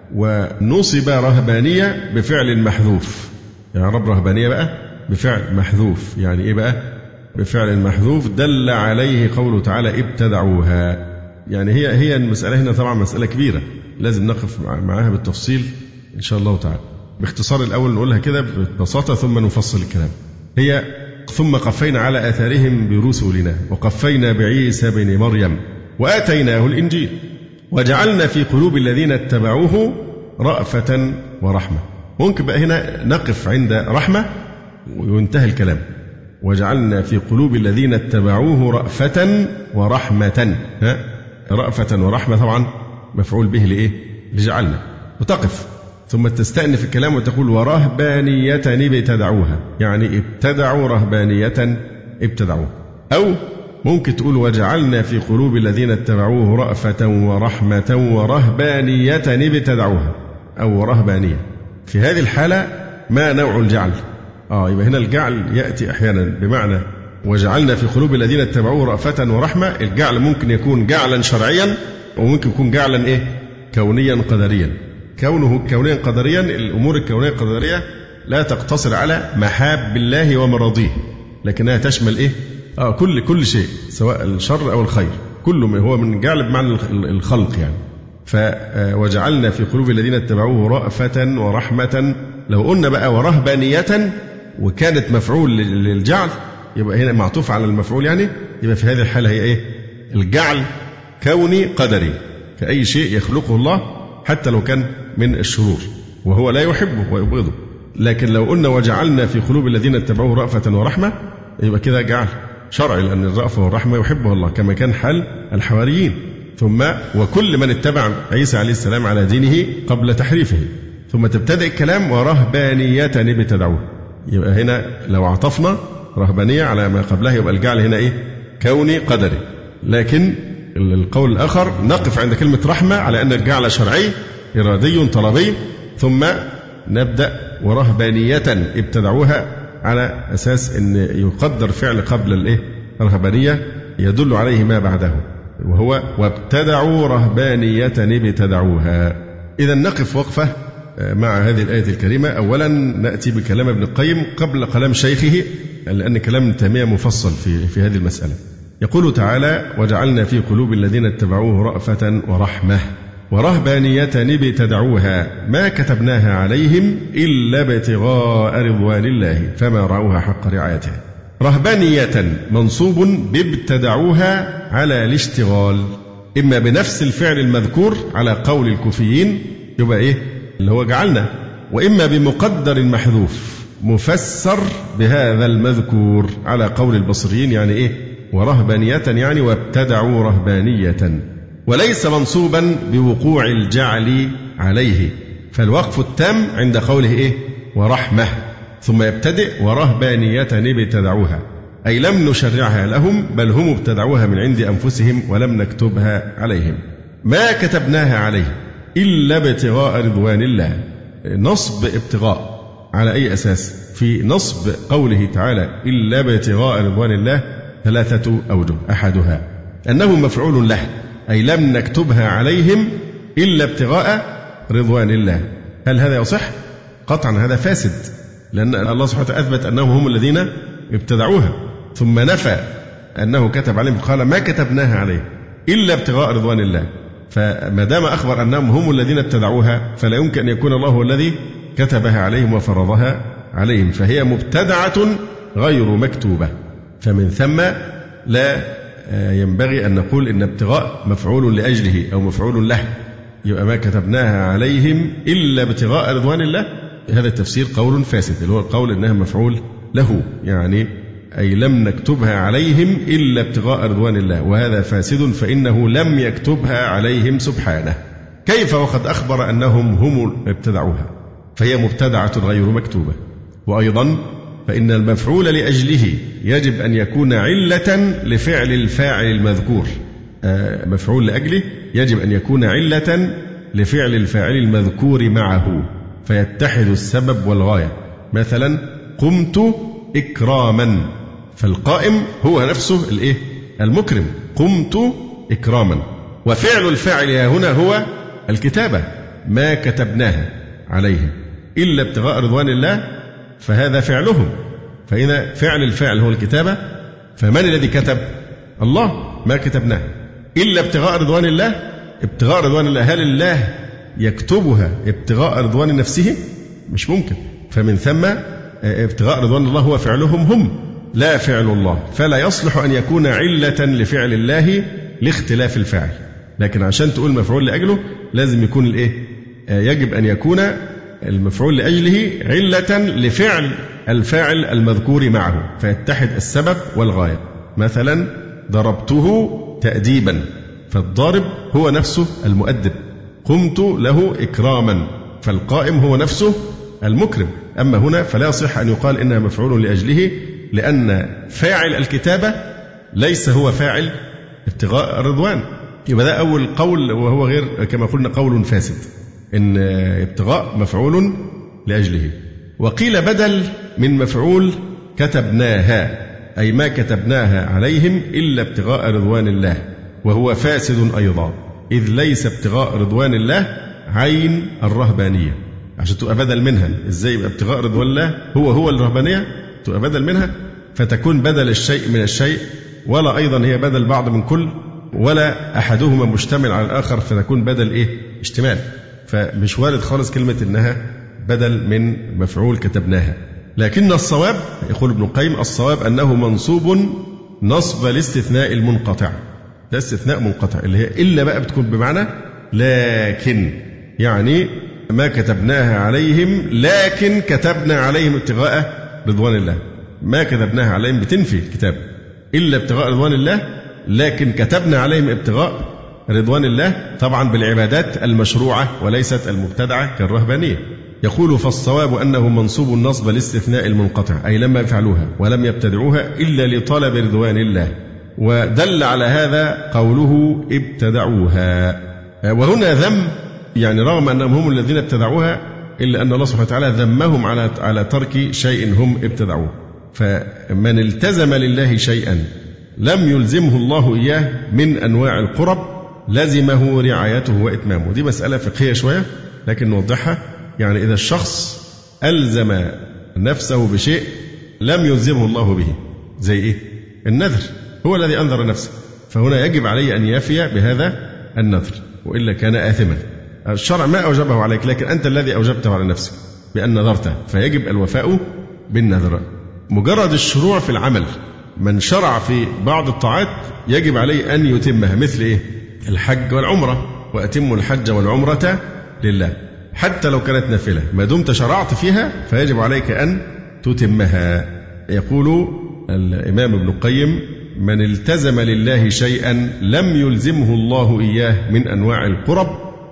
Speaker 2: ونصب رهبانية بفعل محذوف. يعني رب رهبانية بقى بفعل محذوف، يعني إيه بقى؟ بفعل محذوف دل عليه قوله تعالى ابتدعوها. يعني هي المسألة هنا طبعا مسألة كبيرة لازم نقف معاها بالتفصيل إن شاء الله تعالى. باختصار الأول نقولها كده ببساطة ثم نفصل الكلام. هي ثم قفينا على آثارهم برسلنا وقفينا بعيسى بن مريم وآتيناه الإنجيل وجعلنا في قلوب الذين اتبعوه رأفة ورحمة. ممكن بقى هنا نقف عند رحمة وينتهي الكلام. وجعلنا في قلوب الذين اتبعوه رأفة ورحمة. رأفة ورحمة طبعا مفعول به لإيه؟ لجعلنا. وتقف ثم تستأنف الكلام وتقول ورهبانية ابتدعوها، يعني ابتدعوا رهبانية ابتدعوها. أو ممكن تقول وجعلنا في قلوب الذين اتبعوه رأفة ورحمة ورهبانية ابتدعوها، أو رهبانية. في هذه الحالة ما نوع الجعل؟ يبقى هنا الجعل يأتي أحيانا بمعنى وجعلنا في قلوب الذين اتبعوه رأفة ورحمة. الجعل ممكن يكون جعلا شرعيا وممكن يكون جعلا إيه؟ كونيا قدريا. كونه كونيا قدريا، الأمور الكونية القدرية لا تقتصر على محاب الله ومراضيه، لكنها تشمل إيه؟ كل شيء سواء الشر أو الخير، كله هو من جعل بمعنى الخلق يعني. وجعلنا في قلوب الذين اتبعوه رأفة ورحمة. لو قلنا بقى ورهبانية وكانت مفعول للجعل يبقى هنا معطوف على المفعول، يعني يبقى في هذه الحالة هي إيه؟ الجعل كوني قدري، كأي شيء يخلقه الله حتى لو كان من الشرور وهو لا يحبه ويبغضه. لكن لو قلنا وجعلنا في قلوب الذين اتبعوه رأفة ورحمة يبقى كده جعل شرعي، لأن الرأفة والرحمة يحبه الله كما كان حال الحواريين. ثم وكل من اتبع عيسى عليه السلام على دينه قبل تحريفه. ثم تبتدأ الكلام ورهبانية ابتدعوه. يبقى هنا لو عطفنا رهبانية على ما قبلها يبقى الجعل هنا إيه؟ كوني قدري. لكن القول الآخر نقف عند كلمة رحمة على أن الجعل شرعي إرادي طلبي، ثم نبدأ ورهبانية ابتدعوها على أساس أن يقدر فعل قبل الإيه؟ رهبانية يدل عليه ما بعده، وهو وابتدعوا رهبانية ابتدعوها. إذا نقف وقفة مع هذه الآية الكريمة. أولا نأتي بكلام ابن القيم قبل كلام شيخه، لأن كلام تيمية مفصل في هذه المسألة. يقول تعالى وجعلنا في قلوب الذين اتبعوه رأفة ورحمة ورهبانية ابتدعوها ما كتبناها عليهم إلا ابتغاء رضوان الله فما رعوها حق رعايتها. رهبانية منصوب بابتدعوها على الاشتغال، إما بنفس الفعل المذكور على قول الكوفيين يبقى إيه اللي هو جعلنا، وإما بمقدر محذوف مفسر بهذا المذكور على قول البصريين، يعني إيه ورهبانية يعني وابتدعوا رهبانية، وليس منصوبا بوقوع الجعل عليه. فالوقف التام عند قوله إيه ورحمة ثم يبتدئ ورهبانية ابتدعوها، أي لم نشرعها لهم بل هم ابتدعوها من عند أنفسهم ولم نكتبها عليهم. ما كتبناها عليه إلا ابتغاء رضوان الله. نصب ابتغاء على أي أساس؟ في نصب قوله تعالى إلا ابتغاء رضوان الله 3 أوجه. أحدها أنه مفعول له، أي لم نكتبها عليهم إلا ابتغاء رضوان الله. هل هذا يصح؟ قطعا هذا فاسد، لأن الله سبحانه وتعالى أثبت أنهم هم الذين ابتدعوها، ثم نفى أنه كتب عليهم، قال ما كتبناها عليه إلا ابتغاء رضوان الله. فما دام أخبر أنهم هم الذين ابتدعوها فلا يمكن أن يكون الله هو الذي كتبها عليهم وفرضها عليهم، فهي مبتدعة غير مكتوبة. فمن ثم لا ينبغي أن نقول إن ابتغاء مفعول لأجله أو مفعول له، يبقى ما كتبناها عليهم إلا ابتغاء رضوان الله. هذا التفسير قول فاسد، اللي هو القول إنها مفعول له، يعني أي لم نكتبها عليهم إلا ابتغاء رضوان الله، وهذا فاسد فإنه لم يكتبها عليهم سبحانه. كيف وقد أخبر أنهم هم ابتدعوها، فهي مبتدعة غير مكتوبة. وأيضا فإن المفعول لأجله يجب أن يكون علة لفعل الفاعل المذكور. مفعول لأجله يجب أن يكون علة لفعل الفاعل المذكور معه، فيتحد السبب والغاية. مثلا قمت إكراما، فالقائم هو نفسه المكرم، قمت إكراما. وفعل الفاعل هنا هو الكتابة، ما كتبناها عليهم إلا ابتغاء رضوان الله، فهذا فعلهم. فإذا فعل الفاعل هو الكتابة، فمن الذي كتب؟ الله، ما كتبناه إلا ابتغاء رضوان الله. ابتغاء رضوان الله، هل الله يكتبها ابتغاء رضوان نفسه؟ مش ممكن. فمن ثم ابتغاء رضوان الله هو فعلهم هم، لا فعل الله، فلا يصلح أن يكون علة لفعل الله لاختلاف الفاعل. لكن عشان تقول مفعول لأجله لازم يكون يجب أن يكون المفعول لأجله علة لفعل الفاعل المذكور معه، فيتحد السبب والغاية. مثلا ضربته تأديبا، فالضارب هو نفسه المؤدب، قمت له إكراما، فالقائم هو نفسه المكرم. أما هنا فلا يصح أن يقال إنها مفعول لأجله، لأن فاعل الكتابة ليس هو فاعل ابتغاء الرضوان. يبقى ده أول قول، وهو غير كما قلنا قول فاسد، إن ابتغاء مفعول لأجله. وقيل بدل من مفعول كتبناها، أي ما كتبناها عليهم إلا ابتغاء رضوان الله، وهو فاسد أيضا، إذ ليس ابتغاء رضوان الله عين الرهبانية. عشان تبقى بدل منها، إزاي يبقى ابتغاء رضوان الله هو الرهبانية؟ تبقى بدل منها، فتكون بدل الشيء من الشيء، ولا أيضا هي بدل بعض من كل، ولا أحدهما مشتمل على الآخر، فتكون بدل اشتمال. فمش وارد خالص كلمة إنها بدل من مفعول كتبناها. لكن الصواب، يقول ابن القيم، الصواب أنه منصوب نصب الاستثناء المنقطع. ده استثناء منقطع، اللي هي إلا بقى بتكون بمعنى لكن، يعني ما كتبناها عليهم لكن كتبنا عليهم ابتغاء رضوان الله. ما كتبناها عليهم بتنفي الكتاب، إلا ابتغاء رضوان الله، لكن كتبنا عليهم ابتغاء رضوان الله، طبعا بالعبادات المشروعة وليست المبتدعة كالرهبانية. يقول فالصواب أنه منصوب النصب الاستثناء المنقطع، أي لما يفعلوها ولم يبتدعوها إلا لطلب رضوان الله. ودل على هذا قوله ابتدعوها. وهنا ذم، يعني رغم أنهم هم الذين ابتدعوها، إلا أن الله سبحانه وتعالى ذمهم على ترك شيء هم ابتدعوه. فمن التزم لله شيئا لم يلزمه الله إياه من أنواع القرب لزمه رعايته وإتمامه. دي مسألة فقهية شوية لكن نوضحها. يعني إذا الشخص ألزم نفسه بشيء لم يلزمه الله به، زي النذر، هو الذي أنذر نفسه، فهنا يجب عليه أن يفي بهذا النذر، وإلا كان آثما. الشرع ما أوجبه عليك، لكن أنت الذي أوجبته على نفسك بأن نذرته، فيجب الوفاء بالنذر. مجرد الشروع في العمل، من شرع في بعض الطاعات يجب عليه أن يتمها، مثل الحج والعمرة، وأتموا الحج والعمرة لله، حتى لو كانت نافلة، ما دمت شرعت فيها فيجب عليك أن تتمها. يقول الإمام ابن القيم من التزم لله شيئا لم يلزمه الله إياه من أنواع القرب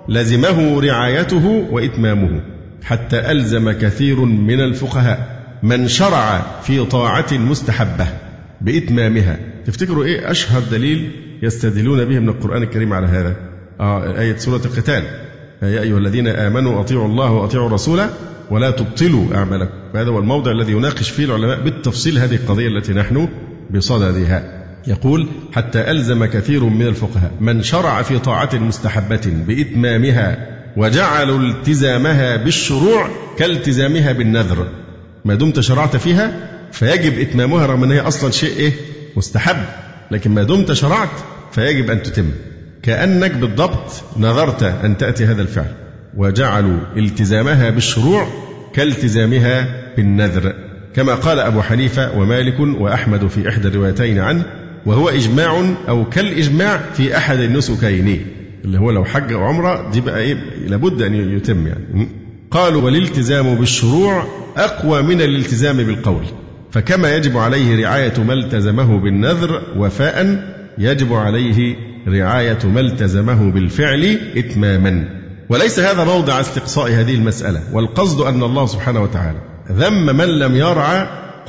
Speaker 2: لزمه رعايته وإتمامه، حتى ألزم كثير من الفقهاء من شرع في طاعة مستحبة بإتمامها. تفتكروا أشهر دليل يستدلون به من القرآن الكريم على هذا؟ آية سورة القتال، يا أيها الذين آمنوا أطيعوا الله وأطيعوا الرسول ولا تبطلوا أعمالكم. هذا هو الموضع الذي يناقش فيه العلماء بالتفصيل هذه القضية التي نحن بصددها. يقول حتى ألزم كثير من الفقهاء من شرع في طاعة مستحبة بإتمامها وجعلوا التزامها بالشروع كالتزامها بالنذر. ما دمت شرعت فيها فيجب إتمامها، رغم أن هي أصلا شيء مستحب، لكن ما دمت شرعت فيجب أن تتم، كأنك بالضبط نذرت أن تأتي هذا الفعل، وجعلوا التزامها بالشروع كالتزامها بالنذر، كما قال أبو حنيفة ومالك وأحمد في إحدى الروايتين عنه، وهو إجماع أو كالإجماع في أحد النسكين، اللي هو لو حج أو عمرة دي بقى لابد أن يتم يعني. قالوا والالتزام بالشروع أقوى من الالتزام بالقول، فكما يجب عليه رعاية ما التزمه بالنذر وفاء، يجب عليه رعاية ما التزمه بالفعل إتماما. وليس هذا موضع استقصاء هذه المسألة، والقصد أن الله سبحانه وتعالى ذم من لم يرعى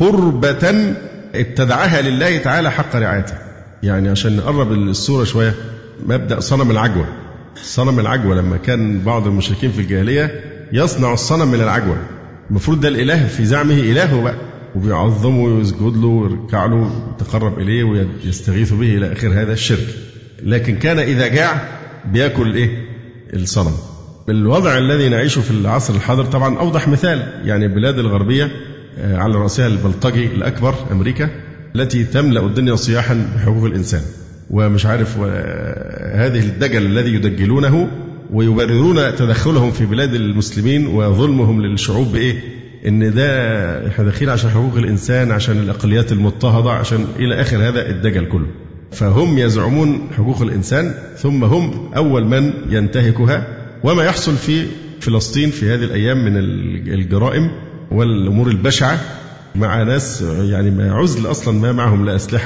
Speaker 2: قربة ابتدعها لله تعالى حق رعايته. يعني عشان نقرب الصورة شوية، مبدأ صنم العجوة. صنم العجوة لما كان بعض المشركين في الجاهلية يصنع الصنم من العجوة، المفروض ده الإله في زعمه إلهه بقى، وبيعظمه ويسجد له ويركع له ويتقرب إليه ويستغيث به إلى آخر هذا الشرك. لكن كان إذا جاع بيأكل الصنم. الوضع الذي نعيشه في العصر الحاضر طبعا أوضح مثال، يعني البلاد الغربية على رأسها البلطجي الأكبر أمريكا التي تملأ الدنيا صياحا بحقوق الإنسان، ومش عارف هذه الدجل الذي يدجلونه ويبررون تدخلهم في بلاد المسلمين وظلمهم للشعوب إن ده احنا داخلين عشان حقوق الإنسان، عشان الأقليات المضطهدة، عشان إلى آخر هذا الدجل كله. فهم يزعمون حقوق الإنسان ثم هم أول من ينتهكها. وما يحصل في فلسطين في هذه الأيام من الجرائم والأمور البشعة مع ناس يعني ما عزل أصلا، ما معهم لا أسلحة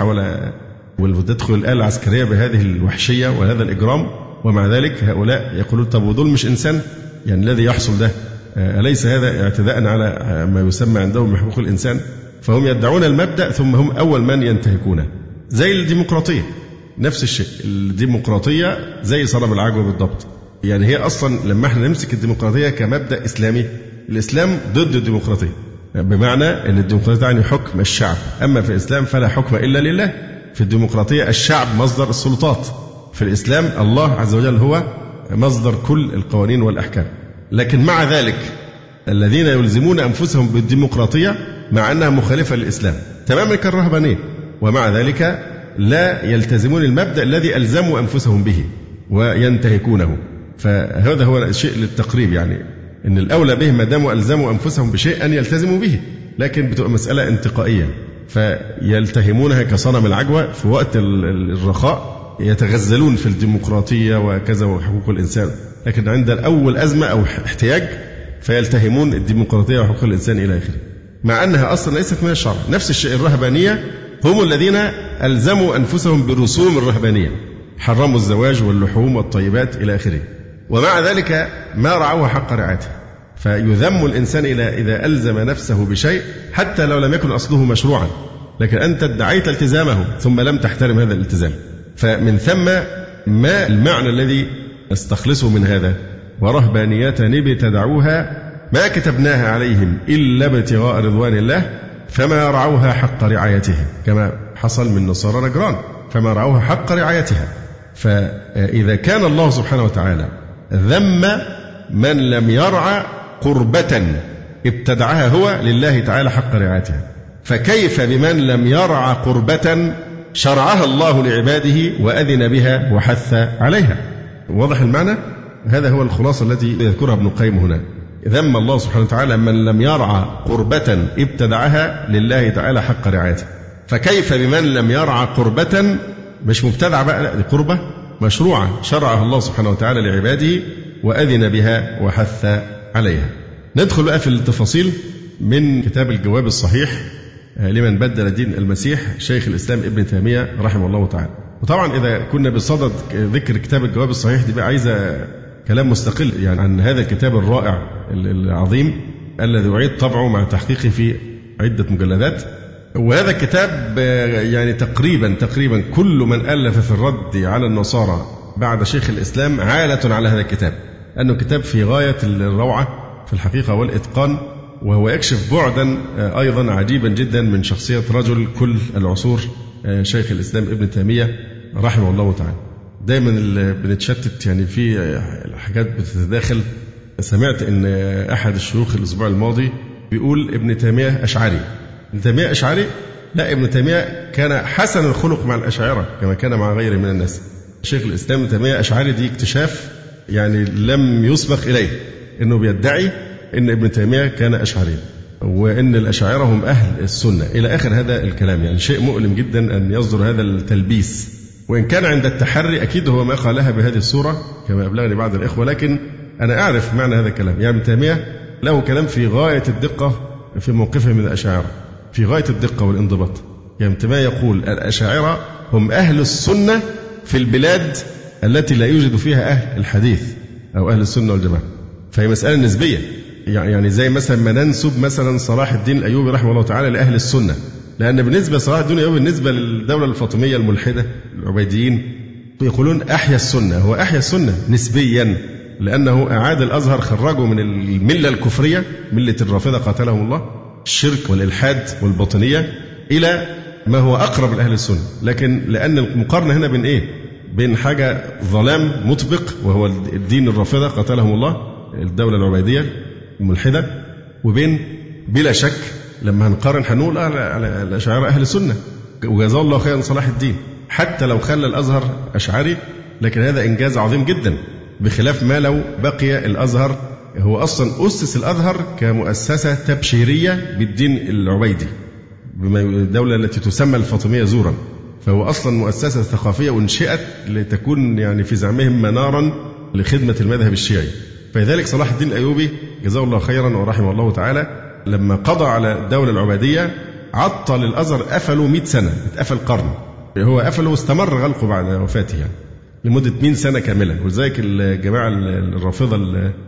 Speaker 2: وتدخل الآلة العسكرية بهذه الوحشية وهذا الإجرام، ومع ذلك هؤلاء يقولون طب ودول مش إنسان؟ يعني الذي يحصل ده أليس هذا اعتداء على ما يسمى عندهم بحقوق الإنسان؟ فهم يدعون المبدأ ثم هم أول من ينتهكونه. زي الديمقراطية نفس الشيء، الديمقراطية زي صنم العجوة بالضبط. يعني هي أصلا لما احنا نمسك الديمقراطية كمبدأ إسلامي، الإسلام ضد الديمقراطية، بمعنى أن الديمقراطية يعني حكم الشعب، أما في الإسلام فلا حكم إلا لله. في الديمقراطية الشعب مصدر السلطات، في الإسلام الله عز وجل هو مصدر كل القوانين والأحكام. لكن مع ذلك الذين يلزمون أنفسهم بالديمقراطية مع أنها مخالفة للإسلام تماما كالرهبانية، ومع ذلك لا يلتزمون المبدأ الذي ألزموا أنفسهم به وينتهكونه. فهذا هو شيء للتقريب، يعني إن الأولى به ما داموا ألزموا أنفسهم بشيء أن يلتزموا به، لكن بتبقى مسألة انتقائية فيلتهمونها كصنم العجوة. في وقت الرخاء يتغزلون في الديمقراطية وكذا وحقوق الإنسان، لكن عند الأول أزمة أو احتياج فيلتهمون الديمقراطية وحقوق الإنسان إلى آخره، مع أنها أصلا ليست من الشرع. نفس الشيء الرهبانية، هم الذين ألزموا أنفسهم برسوم الرهبانية، حرموا الزواج واللحوم والطيبات إلى آخره، ومع ذلك ما رعوها حق رعايته. فيذم الإنسان إذا ألزم نفسه بشيء حتى لو لم يكن أصله مشروعا، لكن أنت ادعيت التزامه ثم لم تحترم هذا الالتزام. فمن ثم ما المعنى الذي استخلصه من هذا؟ ورهبانية ابتدعوها ما كتبناها عليهم إلا ابتغاء رضوان الله فما رعوها حق رعايتها، كما حصل من نصارى نجران فما رعوها حق رعايتها. فإذا كان الله سبحانه وتعالى ذم من لم يرعى قربة ابتدعها هو لله تعالى حق رعايتها، فكيف بمن لم يرعى قربة شرعها الله لعباده وأذن بها وحث عليها؟ واضح المعنى؟ هذا هو الخلاصة التي يذكرها ابن القيم هنا. ذم الله سبحانه وتعالى من لم يرعى قربة ابتدعها لله تعالى حق رعايته، فكيف بمن لم يرعى قربة مش مبتدع بقى، لا دي قربة مشروعة شرعها الله سبحانه وتعالى لعباده وأذن بها وحث عليها. ندخل بقى في التفاصيل من كتاب الجواب الصحيح لمن بدل دين المسيح شيخ الإسلام ابن تيمية رحمه الله تعالى. وطبعا إذا كنا بصدد ذكر كتاب الجواب الصحيح دي بقى عايزة كلام مستقل يعني عن هذا الكتاب الرائع العظيم الذي أعيد طبعه مع تحقيقه في عدة مجلدات. وهذا الكتاب يعني تقريبا كل من ألف في الرد على النصارى بعد شيخ الإسلام عالة على هذا الكتاب، أنه كتاب في غاية الروعة في الحقيقة والإتقان، وهو يكشف بعدا أيضا عجيبا جدا من شخصية رجل كل العصور شيخ الإسلام ابن تيمية رحمه الله تعالى. دايما بنتشتت يعني في حاجات بتتداخل. سمعت أن أحد الشيوخ الأسبوع الماضي بيقول ابن تيمية أشعري. ابن تيمية أشعري؟ لا، ابن تيمية كان حسن الخلق مع الأشاعرة كما كان مع غيره من الناس. شيخ الإسلام ابن تيمية أشعري دي اكتشاف يعني لم يسبق إليه، أنه بيدعي أن ابن تيمية كان أشعري وأن الأشاعرة هم أهل السنة إلى آخر هذا الكلام. يعني شيء مؤلم جدا أن يصدر هذا التلبيس، وإن كان عند التحري أكيد هو ما قالها بهذه الصورة كما أبلغني بعض الإخوة، لكن أنا أعرف معنى هذا الكلام. يعني ابن تيمية له كلام في غاية الدقة في موقفه من الأشاعرة، في غاية الدقة والانضباط. يعني ما يقول الأشاعرة هم أهل السنة في البلاد التي لا يوجد فيها أهل الحديث أو أهل السنة والجماعة. فهي مسألة نسبية، يعني زي مثلا ما ننسب مثلا صلاح الدين الأيوبي رحمه الله تعالى لأهل السنة، لأن بالنسبة لصلاح الدين الأيوبي بالنسبة للدولة الفاطمية الملحدة العبيديين يقولون أحيا السنة. هو أحيا السنة نسبيا، لأنه أعاد الأزهر، خرجوا من الملة الكفرية ملة الرافضة قاتلهم الله، الشرك والإلحاد والباطنية، إلى ما هو أقرب لأهل السنة. لكن لأن المقارنة هنا بين إيه؟ بين حاجة ظلام مطبق وهو الدين الرافضة قاتلهم الله، الدولة العبيدية الملحدة، وبين بلا شك لما هنقارن هنقول على الأشاعرة أهل السنة، وجزاه الله خيرا صلاح الدين، حتى لو خلى الأزهر أشعري، لكن هذا إنجاز عظيم جدا، بخلاف ما لو بقي الأزهر. هو أصلا أسس الأزهر كمؤسسة تبشيرية بالدين العبيدي، الدولة التي تسمى الفاطمية زورا، فهو أصلا مؤسسة ثقافية وانشئت لتكون يعني في زعمهم منارا لخدمة المذهب الشيعي. فلذلك صلاح الدين الأيوبي جزاه الله خيرا ورحمه الله تعالى لما قضى على الدولة العبيدية عطل الأزهر، قفلوا 100 سنة، اتقفل قرن، هو قفله واستمر غلقه بعد وفاته يعني لمدة 100 سنة كاملة. ولذلك الجماعة الرافضة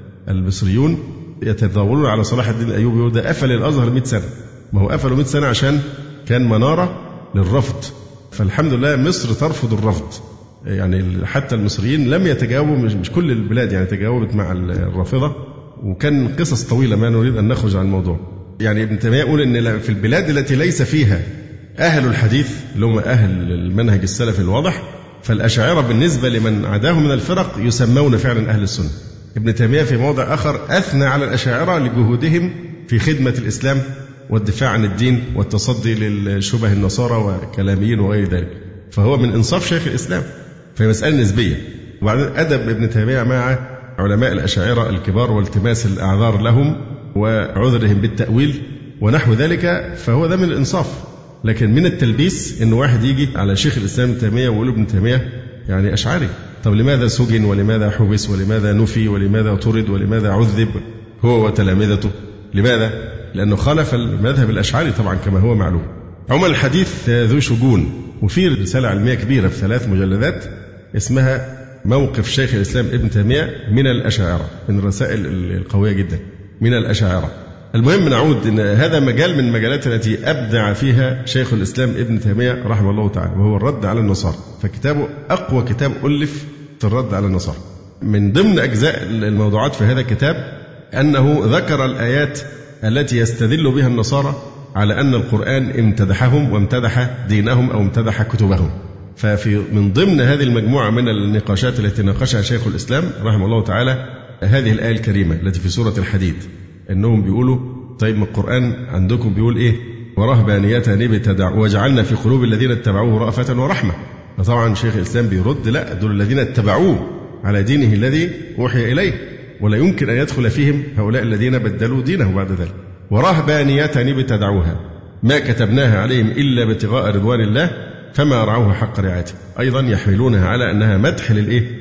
Speaker 2: المصريون يتداولون على صلاح الدين الأيوبي وده قفل الأزهر 100 سنة. ما هو قفلوا 100 سنة عشان كان منارة للرفض. فالحمد لله مصر ترفض الرفض، يعني حتى المصريين لم يتجاوبوا، مش كل البلاد يعني تجاوبت مع الرافضة، وكان قصص طويلة ما نريد أن نخرج عن الموضوع. يعني ابن تيمية يقول إن في البلاد التي ليس فيها أهل الحديث اللي هم أهل المنهج السلفي الواضح، فالأشاعرة بالنسبة لمن عداهم من الفرق يسمون فعلا أهل السنة. ابن تيمية في موضع آخر أثنى على الأشاعرة لجهودهم في خدمة الإسلام والدفاع عن الدين والتصدي للشبه النصارى وكلاميين وغير ذلك. فهو من إنصاف شيخ الإسلام، فهي مسألة نسبية. وبعدين أدب ابن تيمية مع علماء الأشاعرة الكبار والتماس الأعذار لهم وعذرهم بالتأويل ونحو ذلك، فهو ده من الإنصاف. لكن من التلبيس إن واحد يجي على شيخ الإسلام ابن تيمية ويقول ابن تيمية يعني أشعري، طب لماذا سجن ولماذا حبس ولماذا نفي ولماذا طرد ولماذا عذب هو وتلامذته؟ لماذا؟ لأنه خالف المذهب الأشعري طبعا كما هو معلوم. عموما الحديث ذو شجون، وفي رسالة علمية كبيرة في 3 مجلدات اسمها موقف شيخ الإسلام ابن تيمية من الأشاعرة، من الرسائل القوية جدا من الأشاعرة. المهم نعود إن هذا مجال من المجالات التي أبدع فيها شيخ الإسلام ابن تيمية رحمه الله تعالى، وهو الرد على النصارى. فكتابه أقوى كتاب ألف في الرد على النصارى. من ضمن أجزاء الموضوعات في هذا الكتاب أنه ذكر الآيات التي يستدل بها النصارى على أن القرآن امتدحهم وامتدح دينهم أو امتدح كتبهم. ففي من ضمن هذه المجموعة من النقاشات التي ناقشها شيخ الإسلام رحمه الله تعالى هذه الآية الكريمة التي في سورة الحديد، أنهم بيقولوا طيب ما القرآن عندكم بيقول إيه؟ ورهبانية ابتدعوا وجعلنا في قلوب الذين اتبعوه رأفة ورحمة. فطبعا شيخ الإسلام بيرد لا، دول الذين اتبعوه على دينه الذي أوحي إليه، ولا يمكن أن يدخل فيهم هؤلاء الذين بدلوا دينه بعد ذلك. ورهبانية ابتدعوها ما كتبناها عليهم إلا ابتغاء رضوان الله فما رعوها حق رعايته. أيضا يحملونها على أنها مدح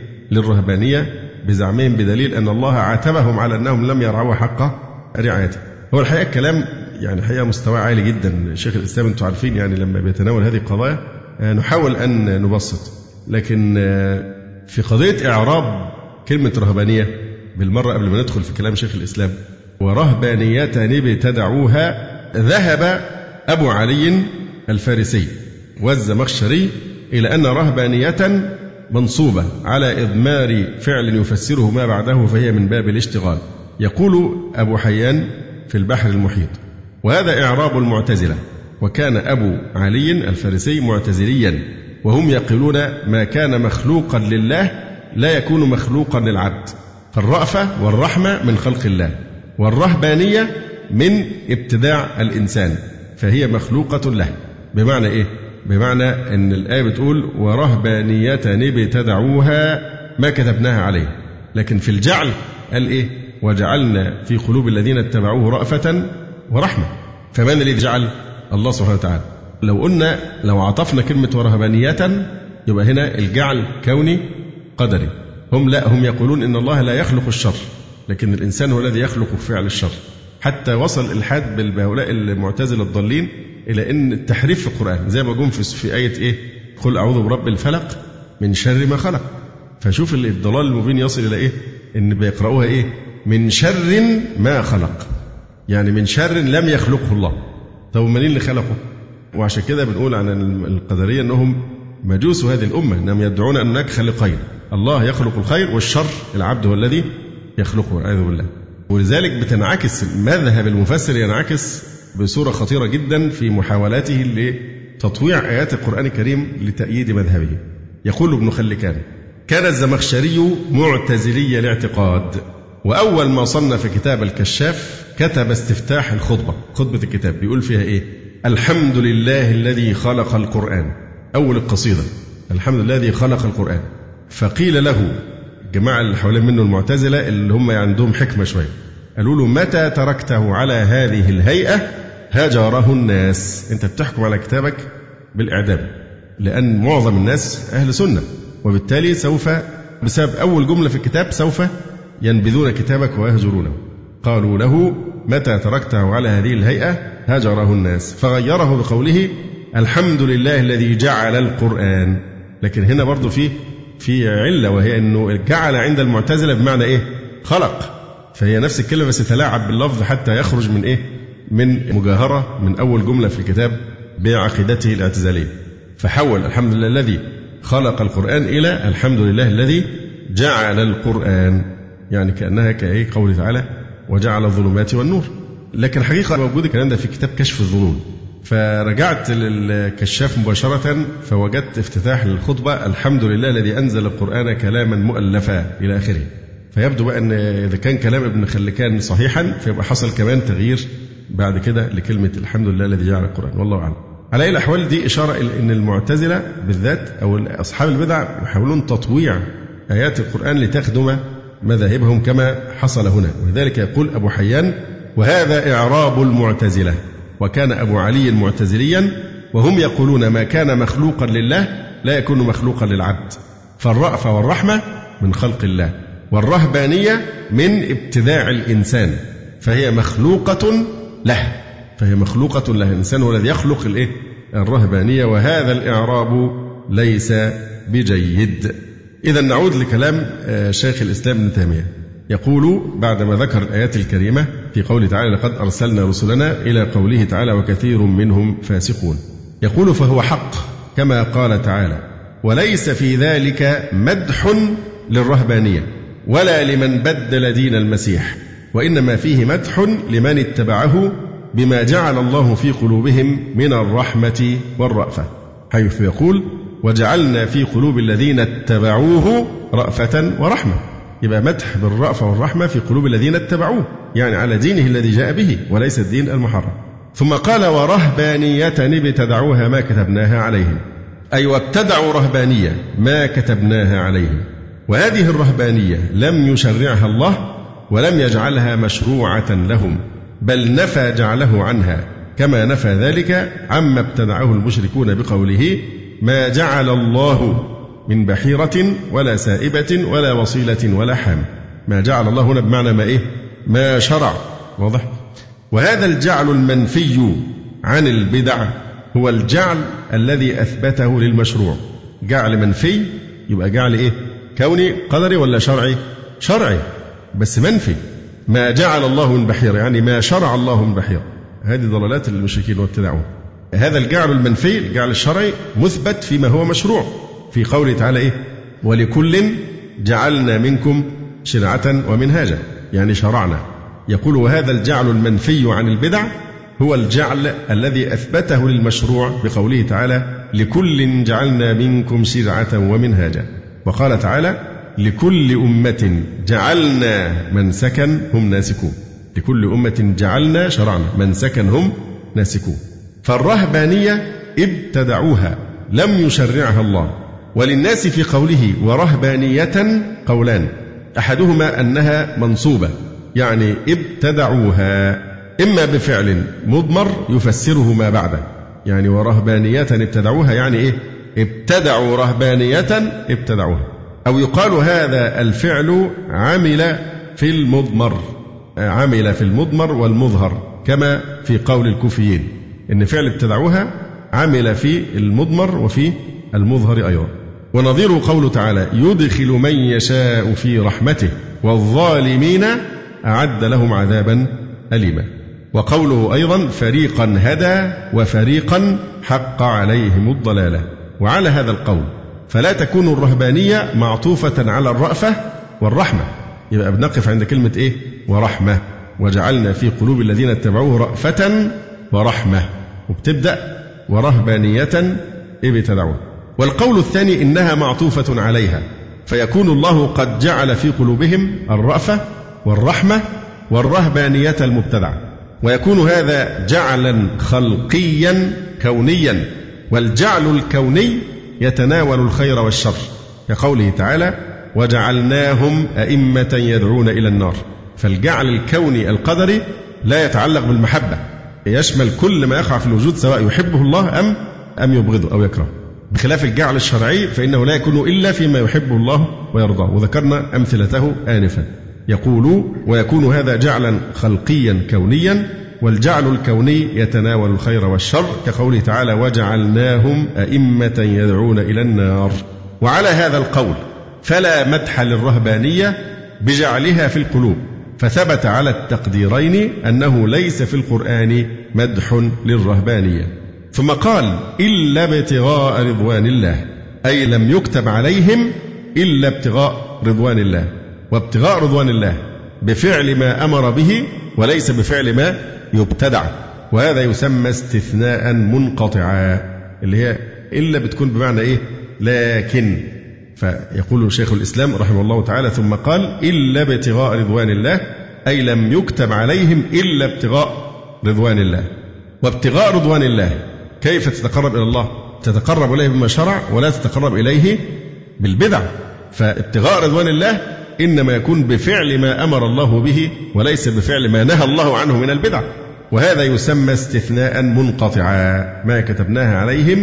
Speaker 2: للرهبانية بزعمهم، بدليل أن الله عاتبهم على أنهم لم يرعوها حق رعايته. هو الحقيقة الكلام يعني حقيقة مستوى عالي جدا. شيخ الإسلام أنتم عارفين يعني لما بيتناول هذه القضايا نحاول أن نبسط، لكن في قضية إعراب كلمة رهبانية بالمرة قبل ما ندخل في كلام شيخ الإسلام، ورهبانية ابتدعوها، ذهب أبو علي الفارسي والزمخشري إلى أن رهبانية منصوبة على إضمار فعل يفسره ما بعده فهي من باب الاشتغال. يقول أبو حيان في البحر المحيط وهذا إعراب المعتزلة، وكان أبو علي الفارسي معتزليا، وهم يقولون ما كان مخلوقا لله لا يكون مخلوقا للعبد، فالرأفة والرحمة من خلق الله، والرهبانية من ابتداع الإنسان فهي مخلوقة له. بمعنى إيه؟ بمعنى أن الآية بتقول ورهبانية ابتدعوها ما كتبناها عليه، لكن في الجعل قال إيه؟ وجعلنا في قلوب الذين اتبعوه رأفة ورحمة. فمن الذي جعل؟ الله سبحانه وتعالى. لو عطفنا كلمة ورهبانية يبقى هنا الجعل كوني قدري. هم لا، هم يقولون إن الله لا يخلق الشر، لكن الإنسان هو الذي يخلق فعل الشر. حتى وصل الإلحاد بهؤلاء المعتزلة الضالين إلى أن التحريف في القرآن زي ما جم في آية إيه؟ قل أعوذ برب الفلق من شر ما خلق. فشوف الضلال المبين يصل إلى إيه؟ إن بيقرأوها إيه؟ من شر ما خلق، يعني من شر لم يخلقه الله. طب مين اللي خلقه؟ وعشان كده بنقول عن القدرية أنهم مجوس هذه الأمة، أنهم يدعون أن هناك خالقين، الله يخلق الخير والشر العبد هو الذي يخلقه والعياذ بالله. ولذلك بتنعكس مذهب المفسر، ينعكس بصورة خطيرة جدا في محاولاته لتطويع آيات القرآن الكريم لتأييد مذهبه. يقول ابن خلكان: كان الزمخشري معتزلي الاعتقاد، وأول ما صنف كتاب الكشاف كتب استفتاح الخطبة، خطبة الكتاب بيقول فيها إيه؟ الحمد لله الذي خلق القرآن. أول القصيدة الحمد لله الذي خلق القرآن. فقيل له الجماعة اللي حوالين منه المعتزلة اللي هم عندهم حكمة شوية، قالوا له: متى تركته على هذه الهيئة هجره الناس. أنت بتحكم على كتابك بالإعدام، لأن معظم الناس أهل سنة، وبالتالي سوف بسبب أول جملة في الكتاب سوف ينبذون كتابك ويهجرونه. قالوا له: متى تركته على هذه الهيئة هجره الناس، فغيره بقوله: الحمد لله الذي جعل القرآن. لكن هنا برضو في علة، وهي أنه جعل عند المعتزلة بمعنى إيه؟ خلق، فهي نفس الكلمة بس تلاعب باللفظ حتى يخرج من إيه؟ من مجاهرة من أول جملة في الكتاب بعقيدته الاعتزالية، فحول الحمد لله الذي خلق القرآن إلى الحمد لله الذي جعل القرآن، يعني كأنها كأي قوله تعالى: وجعل الظلمات والنور. لكن حقيقة موجود الكلام ده في كتاب كشف الظنون، فرجعت للكشاف مباشرة فوجدت افتتاح للخطبة: الحمد لله الذي أنزل القرآن كلاما مؤلفا إلى آخره. فيبدو بقى أن إذا كان كلام ابن خلكان صحيحا فيبقى حصل كمان تغيير بعد كده لكلمة الحمد لله الذي جعل القرآن، والله أعلم. على أي الأحوال دي إشارة إلى أن المعتزلة بالذات أو أصحاب البدع يحاولون تطويع آيات القرآن لتخدم مذاهبهم كما حصل هنا. ولذلك يقول أبو حيان: وهذا إعراب المعتزلة، وكان أبو علي معتزليا، وهم يقولون ما كان مخلوقا لله لا يكون مخلوقا للعبد، فالرأفة والرحمة من خلق الله، والرهبانية من ابتداع الإنسان، فهي مخلوقة له، فهي مخلوقة له. الإنسان هو الذي يخلق الرهبانية، وهذا الإعراب ليس بجيد. إذا نعود لكلام شيخ الإسلام ابن تيمية، يقول بعدما ذكر الآيات الكريمة في قوله تعالى: لقد أرسلنا رسلنا، إلى قوله تعالى: وكثير منهم فاسقون. يقول: فهو حق كما قال تعالى: وليس في ذلك مدح للرهبانية ولا لمن بدل دين المسيح، وإنما فيه مدح لمن اتبعه بما جعل الله في قلوبهم من الرحمة والرأفة، حيث يقول: وجعلنا في قلوب الذين اتبعوه رأفة ورحمة. يبقى مدح بالرأفة والرحمة في قلوب الذين اتبعوه، يعني على دينه الذي جاء به وليس الدين المحرم. ثم قال: ورهبانية ابتدعوها ما كتبناها عليهم، أي وابتدعوا رهبانية ما كتبناها عليهم، وهذه الرهبانية لم يشرعها الله ولم يجعلها مشروعة لهم، بل نفى جعله عنها، كما نفى ذلك عما ابتدعه المشركون بقوله: ما جعل الله من بحيرة ولا سائبة ولا وصيلة ولا حام. ما جعل الله هنا بمعنى ما إيه؟ ما شرع. واضح؟ وهذا الجعل المنفي عن البدع هو الجعل الذي أثبته للمشروع. جعل منفي يبقى جعل إيه؟ كوني قدري ولا شرعي؟ شرعي بس منفي. ما جعل الله من بحيرة يعني ما شرع الله من بحيرة. هذه ضلالات المشركين وابتدعوها. هذا الجعل المنفي الجعل الشرعي مثبت فيما هو مشروع في قوله تعالى إيه؟ ولكل جعلنا منكم شرعة ومنهاجا، يعني شرعنا. يقول: وهذا الجعل المنفي عن البدع هو الجعل الذي أثبته للمشروع بقوله تعالى: لكل جعلنا منكم شرعة ومنهاجا. وقال تعالى: لكل أمة جعلنا منسكا هم ناسكون. لكل أمة جعلنا شرعنا منسكا هم ناسكون. فالرهبانية ابتدعوها لم يشرعها الله. وللناس في قوله ورهبانية قولان، أحدهما أنها منصوبة يعني ابتدعوها، إما بفعل مضمر يفسره ما بعده، يعني ورهبانية ابتدعوها يعني إيه؟ ابتدعوا رهبانية ابتدعوها. أو يقال هذا الفعل عمل في المضمر، عمل في المضمر والمظهر، كما في قول الكوفيين إن فعل ابتدعوها عمل في المضمر وفي المظهر أيضا. ونظير قوله تعالى يدخل من يشاء في رحمته والظالمين أعد لهم عذابا أليما. وقوله أيضا فريقا هدى وفريقا حق عليهم الضلالة. وعلى هذا القول فلا تكون الرهبانية معطوفة على الرأفة والرحمة، يبقى بنقف عند كلمة إيه؟ ورحمة، وجعلنا في قلوب الذين اتبعوه رأفة ورحمة، وبتبدأ ورهبانية ابتدعوه. والقول الثاني إنها معطوفة عليها، فيكون الله قد جعل في قلوبهم الرأفة والرحمة والرهبانية المبتدعة، ويكون هذا جعلا خلقيا كونيا، والجعل الكوني يتناول الخير والشر، كقوله تعالى وجعلناهم أئمة يدعون إلى النار. فالجعل الكوني القدري لا يتعلق بالمحبة، يشمل كل ما يقع في الوجود سواء يحبه الله أم يبغضه أو يكرهه، بخلاف الجعل الشرعي فإنه لا يكون إلا فيما يحبه الله ويرضاه، وذكرنا أمثلته آنفا. يقول ويكون هذا جعلا خلقيا كونيا، والجعل الكوني يتناول الخير والشر، كقوله تعالى وجعلناهم أئمة يدعون إلى النار. وعلى هذا القول فلا مدح للرهبانية بجعلها في القلوب، فثبت على التقديرين أنه ليس في القرآن مدح للرهبانية. ثم قال إلا ابتغاء رضوان الله، أي لم يكتب عليهم إلا ابتغاء رضوان الله، وابتغاء رضوان الله بفعل ما أمر به وليس بفعل ما يبتدع، وهذا يسمى استثناء منقطعا، اللي هي إلا بتكون بمعنى إيه؟ لكن. فيقول شيخ الإسلام رحمه الله تعالى ثم قال إلا ابتغاء رضوان الله، أي لم يكتب عليهم إلا ابتغاء رضوان الله. وابتغاء رضوان الله كيف تتقرب إلى الله؟ تتقرب إليه بما شرع ولا تتقرب إليه بالبدع. فابتغاء رضوان الله إنما يكون بفعل ما أمر الله به وليس بفعل ما نهى الله عنه من البدع، وهذا يسمى استثناء منقطعا، ما كتبناها عليهم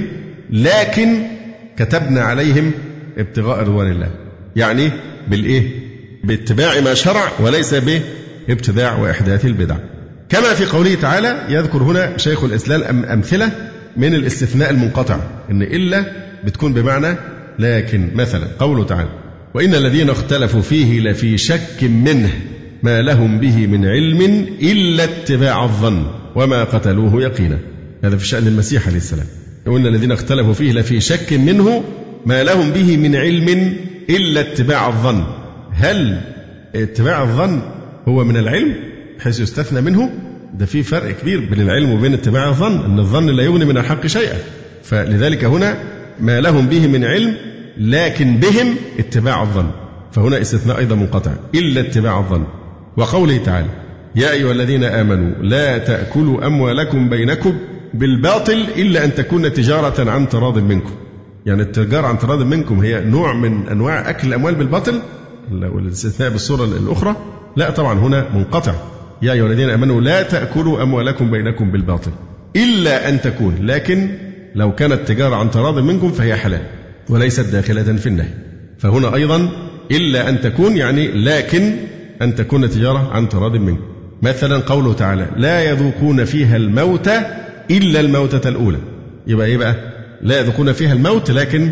Speaker 2: لكن كتبنا عليهم ابتغاء رضوان الله، يعني بالإيه؟ باتباع ما شرع وليس بابتداع وإحداث البدع. كما في قوله تعالى يذكر هنا شيخ الإسلام أمثلة من الاستثناء المنقطع، إن إلا بتكون بمعنى لكن. مثلا قوله تعالى وإن الذين اختلفوا فيه لفي شك منه ما لهم به من علم إلا اتباع الظن وما قتلوه يقينا. هذا في شأن المسيح عليه السلام. وإن الذين اختلفوا فيه لفي شك منه ما لهم به من علم إلا اتباع الظن. هل اتباع الظن هو من العلم حيث يستثنى منه؟ ده في فرق كبير بين العلم وبين اتباع الظن، أن الظن لا يغني من الحق شيئا. فلذلك هنا ما لهم به من علم لكن بهم اتباع الظن، فهنا استثناء أيضا منقطع إلا اتباع الظن. وقوله تعالى يا أيها الذين آمنوا لا تأكلوا أموالكم بينكم بالباطل إلا أن تكون تجارة عن تراض منكم. يعني التجارة عن تراض منكم هي نوع من أنواع أكل الأموال بالباطل، والاستثناء بالصورة الأخرى لا طبعا هنا منقطع. يا أيها الذين آمنوا لا تأكلوا أموالكم بينكم بالباطل إلا أن تكون، لكن لو كانت تجارة عن تراض منكم فهي حلال وليست داخلة في النهي. فهنا أيضا إلا أن تكون يعني لكن أن تكون تجارة عن تراض منكم. مثلا قوله تعالى لا يذوقون فيها الموت إلا الموتة الأولى، يبقى إيه بقى؟ لا يذوقون فيها الموت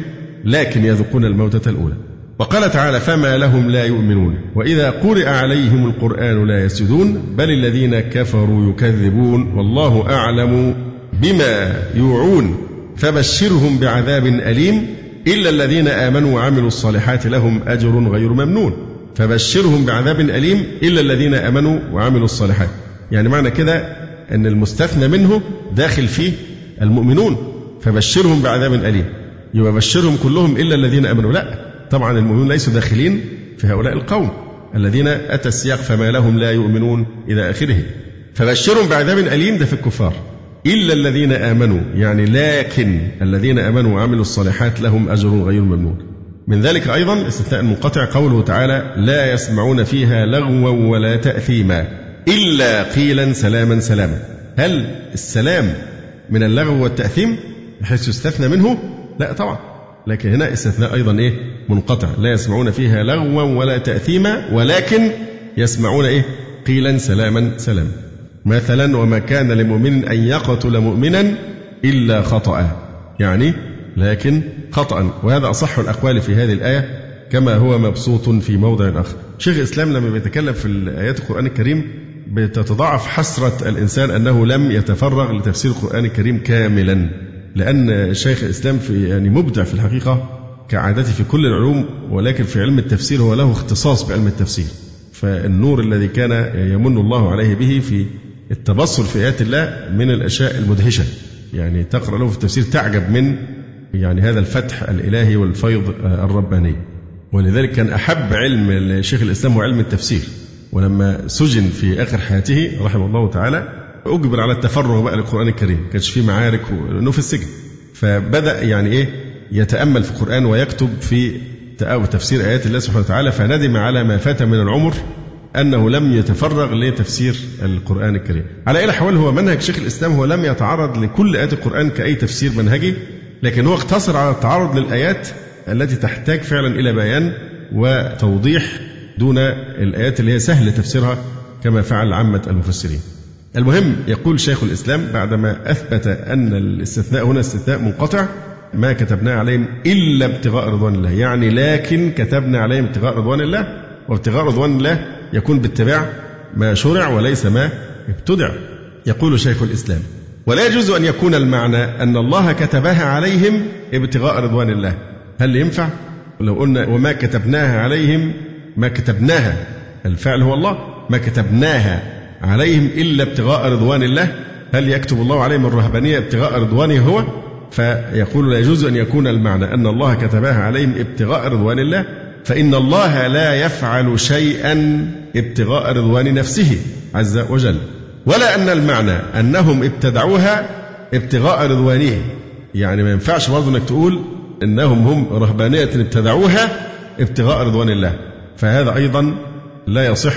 Speaker 2: لكن يذوقون الموتة الأولى. وقال تعالى فما لهم لا يؤمنون وإذا قرئ عليهم القرآن لا يسجدون بل الذين كفروا يكذبون والله أعلم بما يوعون فبشرهم بعذاب أليم إلا الذين آمنوا وعملوا الصالحات لهم أجر غير ممنون. فبشرهم بعذاب أليم إلا الذين آمنوا وعملوا الصالحات، يعني معنى كده أن المستثنى منه داخل فيه المؤمنون، فبشرهم بعذاب أليم، يبشرهم كلهم إلا الذين آمنوا؟ لا طبعا المؤمنون ليسوا داخلين في هؤلاء القوم الذين أتى السياق فما لهم لا يؤمنون إلى آخره. فبشرهم بعذاب أليم ده في الكفار، إلا الذين آمنوا يعني لكن الذين آمنوا وعملوا الصالحات لهم أجر غير ممنون. من ذلك أيضا استثناء منقطع قوله تعالى لا يسمعون فيها لغوا ولا تأثيما إلا قيلا سلاما سلاما. هل السلام من اللغو والتأثيم بحيث يستثنى منه؟ لا طبعا، لكن هنا استثناء أيضا إيه؟ منقطع. لا يسمعون فيها لغوا ولا تأثيما ولكن يسمعون إيه؟ قيلا سلاما سلاما. مثلا وما كان لمؤمن أن يقتل مؤمنا إلا خطأ، يعني لكن خطأ، وهذا أصح الأقوال في هذه الآية كما هو مبسوط في موضع آخر. شيخ الإسلام لما بيتكلم في الآيات القرآن الكريم بتتضاعف حسرة الإنسان أنه لم يتفرغ لتفسير القرآن الكريم كاملا، لأن شيخ الإسلام يعني مبدع في الحقيقة كعادته في كل العلوم، ولكن في علم التفسير هو له اختصاص بعلم التفسير. فالنور الذي كان يمن الله عليه به في التبصر في آيات الله من الأشياء المدهشة، يعني تقرأ له في التفسير تعجب من يعني هذا الفتح الإلهي والفيض الرباني. ولذلك كان أحب علم الشيخ الإسلام هو علم التفسير، ولما سجن في آخر حياته رحمه الله تعالى أجبر على التفرغ بقى للقرآن الكريم، كانش فيه معارك وإنه في السجن، فبدأ يعني يتأمل في القرآن ويكتب في تفسير آيات الله سبحانه وتعالى، فندم على ما فات من العمر أنه لم يتفرغ لتفسير القرآن الكريم. على أي الأحوال هو منهج شيخ الإسلام هو لم يتعرض لكل آيات القرآن كأي تفسير منهجي، لكن هو اقتصر على التعرض للآيات التي تحتاج فعلا إلى بيان وتوضيح دون الآيات اللي هي سهل تفسيرها كما فعل عامة المفسرين. المهم يقول شيخ الإسلام بعدما أثبت أن الاستثناء هنا استثناء منقطع، ما كتبنا عليهم إلا ابتغاء رضوان الله، يعني لكن كتبنا عليهم ابتغاء رضوان الله، وابتغاء رضوان الله يكون باتباع ما شرع وليس ما ابتدع. يقول شيخ الإسلام ولا يجوز أن يكون المعنى أن الله كتبها عليهم ابتغاء رضوان الله. هل ينفع لو قلنا وما كتبناها عليهم، ما كتبناها الفعل هو الله، ما كتبناها عليهم إلا ابتغاء رضوان الله، هل يكتب الله عليهم الرهبانية ابتغاء رضوانه هو؟ فيقول لا يجوز أن يكون المعنى أن الله كتبها عليهم ابتغاء رضوان الله، فإن الله لا يفعل شيئا ابتغاء رضوان نفسه عز وجل، ولا أن المعنى أنهم ابتدعوها ابتغاء رضوانه. يعني ما ينفعش برضه أنك تقول إنهم هم رهبانية ابتدعوها ابتغاء رضوان الله، فهذا أيضا لا يصح.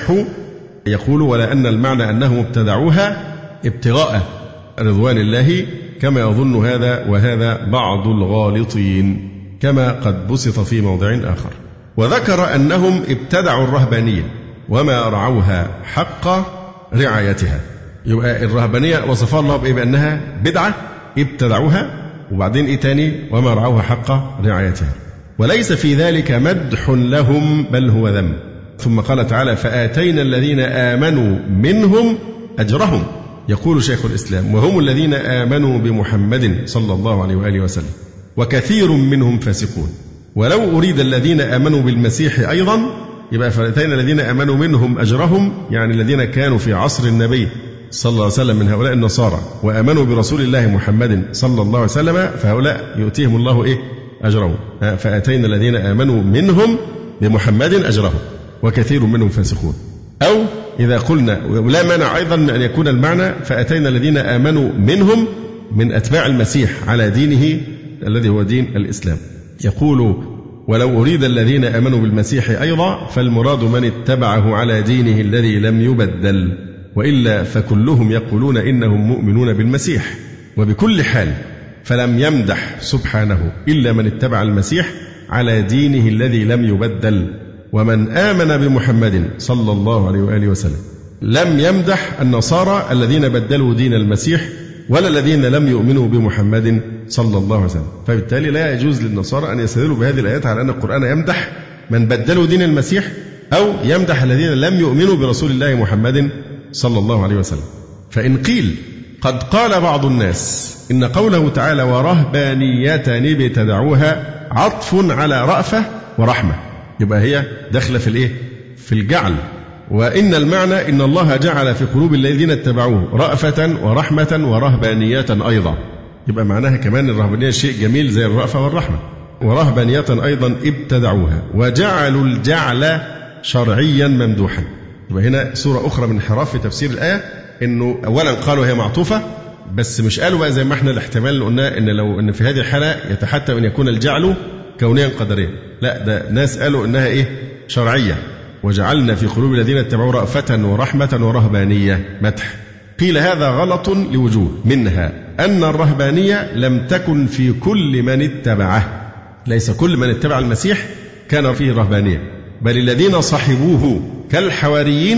Speaker 2: يقول ولا أن المعنى أنهم ابتدعوها ابتغاء رضوان الله كما يظن هذا، وهذا بعض الغالطين كما قد بسط في موضع آخر. وذكر أنهم ابتدعوا الرهبانية وما رعوها حق رعايتها. يبقى الرهبانية وصفها الله بإيه؟ بأنها بدعة ابتدعوها، وبعدين إيه تاني؟ وما رعوها حق رعايتها، وليس في ذلك مدح لهم بل هو ذم. ثم قال تعالى فآتينا الذين آمنوا منهم أجرهم. يقول شيخ الإسلام وهم الذين آمنوا بمحمد صلى الله عليه وآله وسلم، وكثير منهم فاسقون. ولو أريد الذين آمنوا بالمسيح أيضا، يبقى فآتينا الذين آمنوا منهم أجرهم، يعني الذين كانوا في عصر النبي صلى الله عليه وسلم من هؤلاء النصارى وآمنوا برسول الله محمد صلى الله عليه وسلم، فهؤلاء يؤتيهم الله أجرهم. فآتينا الذين آمنوا منهم بمحمد أجرهم وكثير منهم فاسقون. أو إذا قلنا ولا مانع أيضا أن يكون المعنى فأتينا الذين آمنوا منهم من أتباع المسيح على دينه الذي هو دين الإسلام. يقول ولو أريد الذين آمنوا بالمسيح أيضا فالمراد من اتبعه على دينه الذي لم يبدل، وإلا فكلهم يقولون إنهم مؤمنون بالمسيح. وبكل حال فلم يمدح سبحانه إلا من اتبع المسيح على دينه الذي لم يبدل، ومن آمن بمحمد صلى الله عليه وآله وسلم. لم يمدح النصارى الذين بدلوا دين المسيح ولا الذين لم يؤمنوا بمحمد صلى الله عليه وسلم. فبالتالي لا يجوز للنصارى أن يستدلوا بهذه الآيات على أن القرآن يمدح من بدلوا دين المسيح أو يمدح الذين لم يؤمنوا برسول الله محمد صلى الله عليه وسلم. فإن قيل قد قال بعض الناس إن قوله تعالى ورهبانية ابتدعوها عطف على رأفة ورحمة، يبقى هي داخلة في الإيه؟ في الجعل. وإن المعنى إن الله جعل في قلوب الذين اتبعوه رأفة ورحمة ورهبانية أيضا، يبقى معناها كمان الرهبانية شيء جميل زي الرأفة والرحمة. ورهبانية أيضا ابتدعوها وجعلوا الجعل شرعيا ممدوحا. يبقى هنا صورة أخرى من انحراف في تفسير الآية، إنه أولا قالوا هي معطوفة، بس مش قالوا بقى زي ما احنا الاحتمال اللي قلنا إن لو إن في هذه الحالة يتحتم أن يكون الجعل كونيا قدريا، لا ده ناس قالوا إنها إيه؟ شرعية. وجعلنا في قلوب الذين اتبعوا رأفة ورحمة ورهبانية مدح. قيل هذا غلط لوجوه، منها أن الرهبانية لم تكن في كل من اتبعه، ليس كل من اتبع المسيح كان فيه رهبانية، بل الذين صحبوه كالحواريين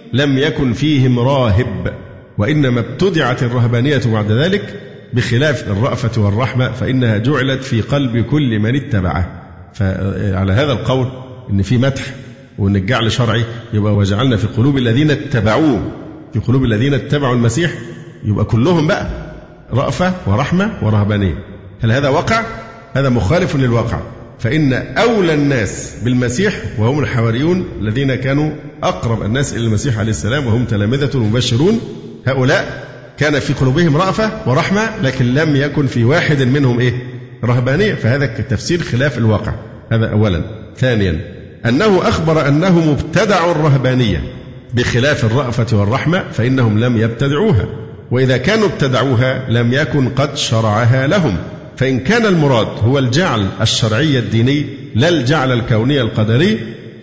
Speaker 2: لم يكن فيهم راهب، وإنما ابتدعت الرهبانية بعد ذلك بخلاف الرأفة والرحمة فإنها جعلت في قلب كل من اتبعه. فعلى هذا القول إن في مدح وإن الجعل شرعي، يبقى وجعلنا في قلوب الذين اتبعوه، في قلوب الذين اتبعوا المسيح، يبقى كلهم بقى رأفة ورحمة ورهبانية. هل هذا واقع؟ هذا مخالف للواقع، فإن أولى الناس بالمسيح وهم الحواريون الذين كانوا أقرب الناس إلى المسيح عليه السلام وهم تلامذة المبشرون، هؤلاء كان في قلوبهم رأفة ورحمة، لكن لم يكن في واحد منهم رهبانية. فهذا تفسير خلاف الواقع، هذا أولا. ثانيا أنه أخبر أنهم ابتدعوا الرهبانية بخلاف الرأفة والرحمة فإنهم لم يبتدعوها، وإذا كانوا ابتدعوها لم يكن قد شرعها لهم. فإن كان المراد هو الجعل الشرعي الديني لا الجعل الكوني القدري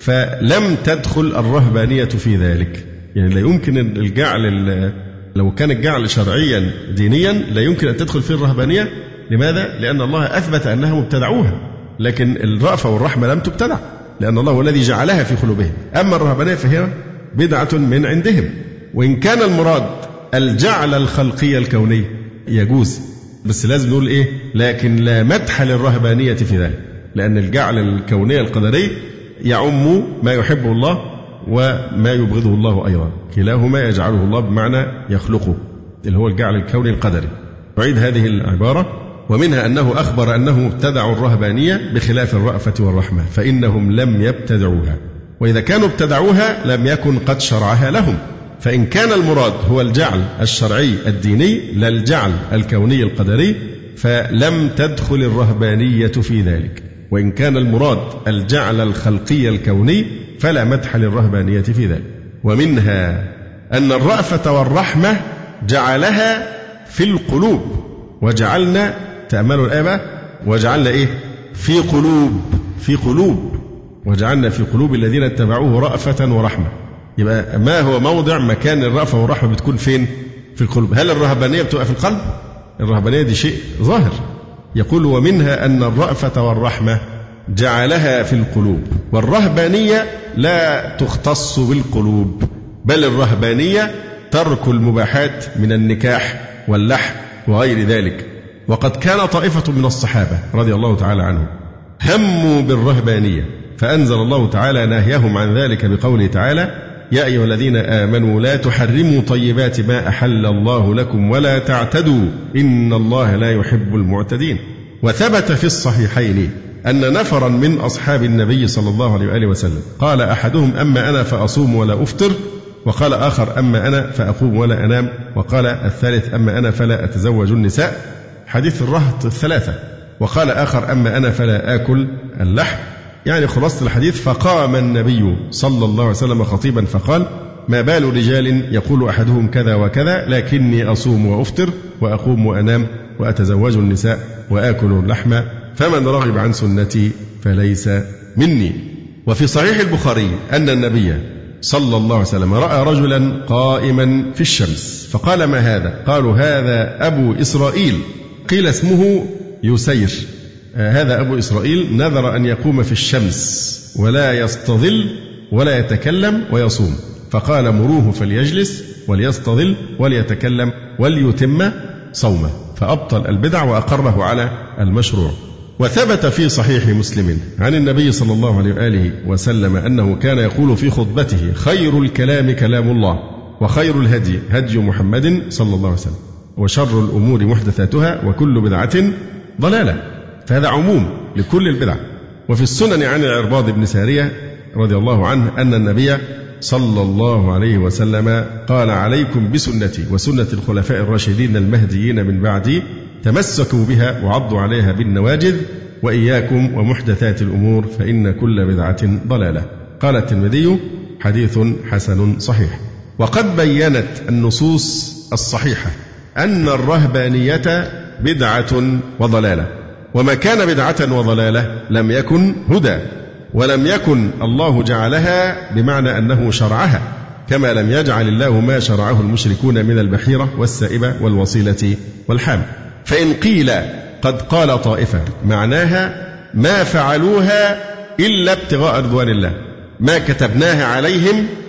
Speaker 2: فلم تدخل الرهبانية في ذلك. يعني لا يمكن الجعل، لو كان الجعل شرعيا دينيا لا يمكن أن تدخل فيه الرهبانية. لماذا؟ لأن الله أثبت أنهم ابتدعوها، لكن الرأفة والرحمة لم تبتدع، لأن الله هو الذي جعلها في قلوبهم. أما الرهبانية فهي بدعة من عندهم. وإن كان المراد الجعل الخلقي الكوني يجوز، بس لازم نقول لكن لا مدح للرهبانية في ذلك، لأن الجعل الكوني القدري يعم ما يحبه الله وما يبغضه الله أيضا، كلاهما يجعله الله بمعنى يخلقه، اللي هو الجعل الكوني القدري. أعيد هذه العبارة: ومنها أنه أخبر أنهم ابتدعوا الرهبانية بخلاف الرأفة والرحمة فإنهم لم يبتدعوها، وإذا كانوا ابتدعوها لم يكن قد شرعها لهم. فإن كان المراد هو الجعل الشرعي الديني لا الجعل الكوني القدري فلم تدخل الرهبانية في ذلك. وإن كان المراد الجعل الخلقي الكوني فلا مدح للرهبانية في ذلك. ومنها أن الرأفة والرحمة جعلها في القلوب، وجعلنا، تأملوا الآية، وجعلنا في قلوب وجعلنا في قلوب الذين اتبعوه رأفة ورحمة. يبقى ما هو موضع مكان الرأفة والرحمة بتكون فين؟ في القلوب. هل الرهبانية بتبقى في القلب؟ الرهبانية دي شيء ظاهر. يقول: ومنها أن الرأفة والرحمة جعلها في القلوب، والرهبانية لا تختص بالقلوب، بل الرهبانية ترك المباحات من النكاح واللحم وغير ذلك. وقد كان طائفة من الصحابة رضي الله تعالى عنهم هموا بالرهبانية فأنزل الله تعالى نهيهم عن ذلك بقوله تعالى: يا أيها الذين آمنوا لا تحرموا طيبات ما أحل الله لكم ولا تعتدوا إن الله لا يحب المعتدين. وثبت في الصحيحين أن نفرا من أصحاب النبي صلى الله عليه وآله وسلم قال أحدهم: أما أنا فأصوم ولا أفطر، وقال آخر: أما أنا فأقوم ولا أنام، وقال الثالث: أما أنا فلا أتزوج النساء. حديث الرهط الثلاثة. وقال آخر: أما أنا فلا آكل اللحم. يعني خلاصة الحديث: فقام النبي صلى الله عليه وسلم خطيبا فقال: ما بال رجال يقول أحدهم كذا وكذا لكني أصوم وأفطر وأقوم وأنام وأتزوج النساء وآكل اللحم، فمن رغب عن سنتي فليس مني. وفي صحيح البخاري أن النبي صلى الله عليه وسلم رأى رجلا قائما في الشمس فقال: ما هذا؟ قالوا: هذا أبو إسرائيل. قيل: اسمه يسير. هذا أبو إسرائيل نذر أن يقوم في الشمس ولا يستظل ولا يتكلم ويصوم، فقال: مروه فليجلس وليستظل وليتكلم وليتم صومه، فأبطل البدع وأقره على المشروع. وثبت في صحيح مسلم عن النبي صلى الله عليه وآله وسلم أنه كان يقول في خطبته: خير الكلام كلام الله، وخير الهدي هدي محمد صلى الله عليه وسلم، وشر الأمور محدثاتها، وكل بدعة ضلالة. فهذا عموم لكل البدع. وفي السنن عن العرباض بن سارية رضي الله عنه أن النبي صلى الله عليه وسلم قال: عليكم بسنتي وسنة الخلفاء الراشدين المهديين من بعدي، تمسكوا بها وعضوا عليها بالنواجذ، وإياكم ومحدثات الأمور فإن كل بدعة ضلالة. قال الترمذي: حديث حسن صحيح. وقد بينت النصوص الصحيحة أن الرهبانية بدعة وضلالة، وما كان بدعة وضلالة لم يكن هدى، ولم يكن الله جعلها بمعنى أنه شرعها، كما لم يجعل الله ما شرعه المشركون من البحيرة والسائبة والوصيلة والحام. فإن قيل قد قال طائفة معناها: ما فعلوها إلا ابتغاء رضوان الله، ما كتبناها عليهم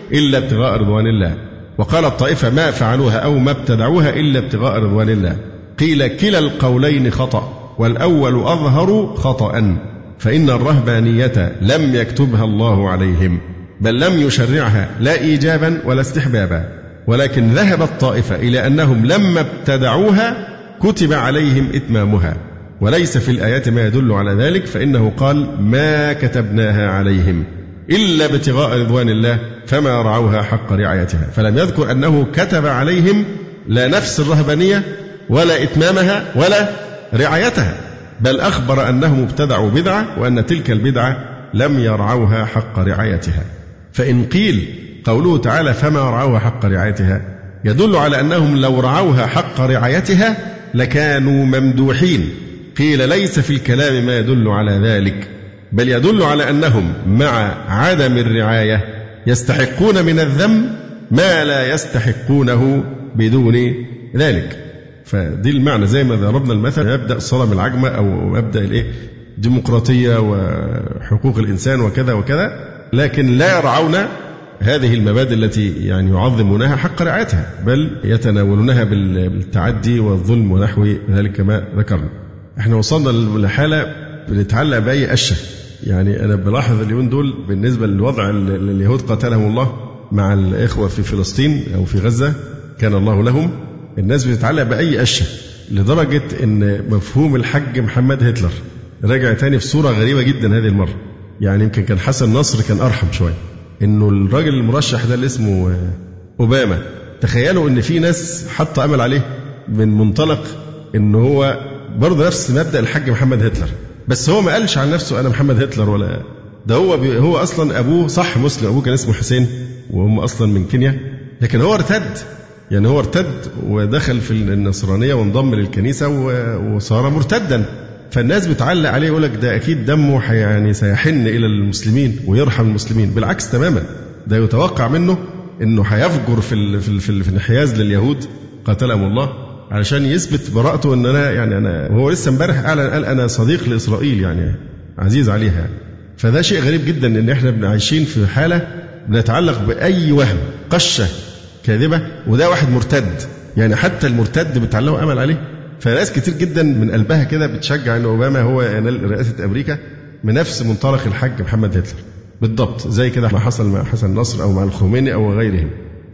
Speaker 2: إلا ابتغاء رضوان الله. وقال الطائفة ما فعلوها أو ما ابتدعوها إلا ابتغاء رضوان الله. قيل كلا القولين خطأ، والأول أظهر خطأ، فإن الرهبانية لم يكتبها الله عليهم، بل لم يشرعها لا إيجابا ولا استحبابا، ولكن ذهبت طائفة إلى أنهم لما ابتدعوها كتب عليهم إتمامها، وليس في الآيات ما يدل على ذلك، فإنه قال ما كتبناها عليهم إلا ابتغاء رضوان الله فما رعوها حق رعايتها، فلم يذكر أنه كتب عليهم لا نفس الرهبانية ولا إتمامها ولا رعايتها، بل أخبر أنهم ابتدعوا بدعة وأن تلك البدعة لم يرعوها حق رعايتها. فإن قيل قوله تعالى فما رعوها حق رعايتها يدل على أنهم لو رعوها حق رعايتها لكانوا ممدوحين، قيل ليس في الكلام ما يدل على ذلك، بل يدل على أنهم مع عدم الرعاية يستحقون من الذم ما لا يستحقونه بدون ذلك. فدي المعنى، زي ما ضربنا المثل يبدأ صنم العجمة أو مبدأ الديمقراطية وحقوق الإنسان وكذا وكذا، لكن لا يرعون هذه المبادئ التي يعني يعظمونها حق رعايتها، بل يتناولونها بالتعدي والظلم ونحو ذلك كما ذكرنا. احنا وصلنا لحالة بنتعلق بأي قشة. يعني أنا بلاحظ اليومين دول بالنسبة للوضع اليهود قاتلهم الله مع الإخوة في فلسطين أو في غزة كان الله لهم، الناس بتتعلق بأي قشة، لدرجة إن مفهوم الحج محمد هتلر رجع تاني في صورة غريبة جدا هذه المرة. يعني يمكن كان حسن نصر كان أرحم شوية، إنه الراجل المرشح ده اللي اسمه أوباما، تخيلوا إن في ناس حط أمل عليه من منطلق إنه هو برضه نفس مبدأ الحج محمد هتلر، بس هو ما قالش عن نفسه أنا محمد هتلر، ولا ده هو أصلا أبوه صح مسلم، أبوه كان اسمه حسين وهم أصلا من كينيا، لكن هو ارتد. يعني هو ارتد ودخل في النصرانية وانضم للكنيسة وصار مرتدا، فالناس بتعلق عليه يقول لك ده أكيد دمه يعني سيحن إلى المسلمين ويرحم المسلمين. بالعكس تماما، ده يتوقع منه إنه هيفجر في الانحياز لليهود قاتلهم الله علشان يثبت براءته. إن أنا هو لسه امبارح قال أنا صديق لإسرائيل، يعني عزيز عليها يعني. فده شيء غريب جدا إن إحنا عايشين في حالة بنتعلق بأي وهم قشة كاذبة، وده واحد مرتد، يعني حتى المرتد بتعلقوا أمل عليه. فناس كتير جدا من قلبها كده بتشجع إن أوباما هو ينال رئاسة أمريكا من نفس منطلق الحج محمد هتلر بالضبط، زي كده ما حصل مع حسن نصر أو مع الخميني أو غيرهم.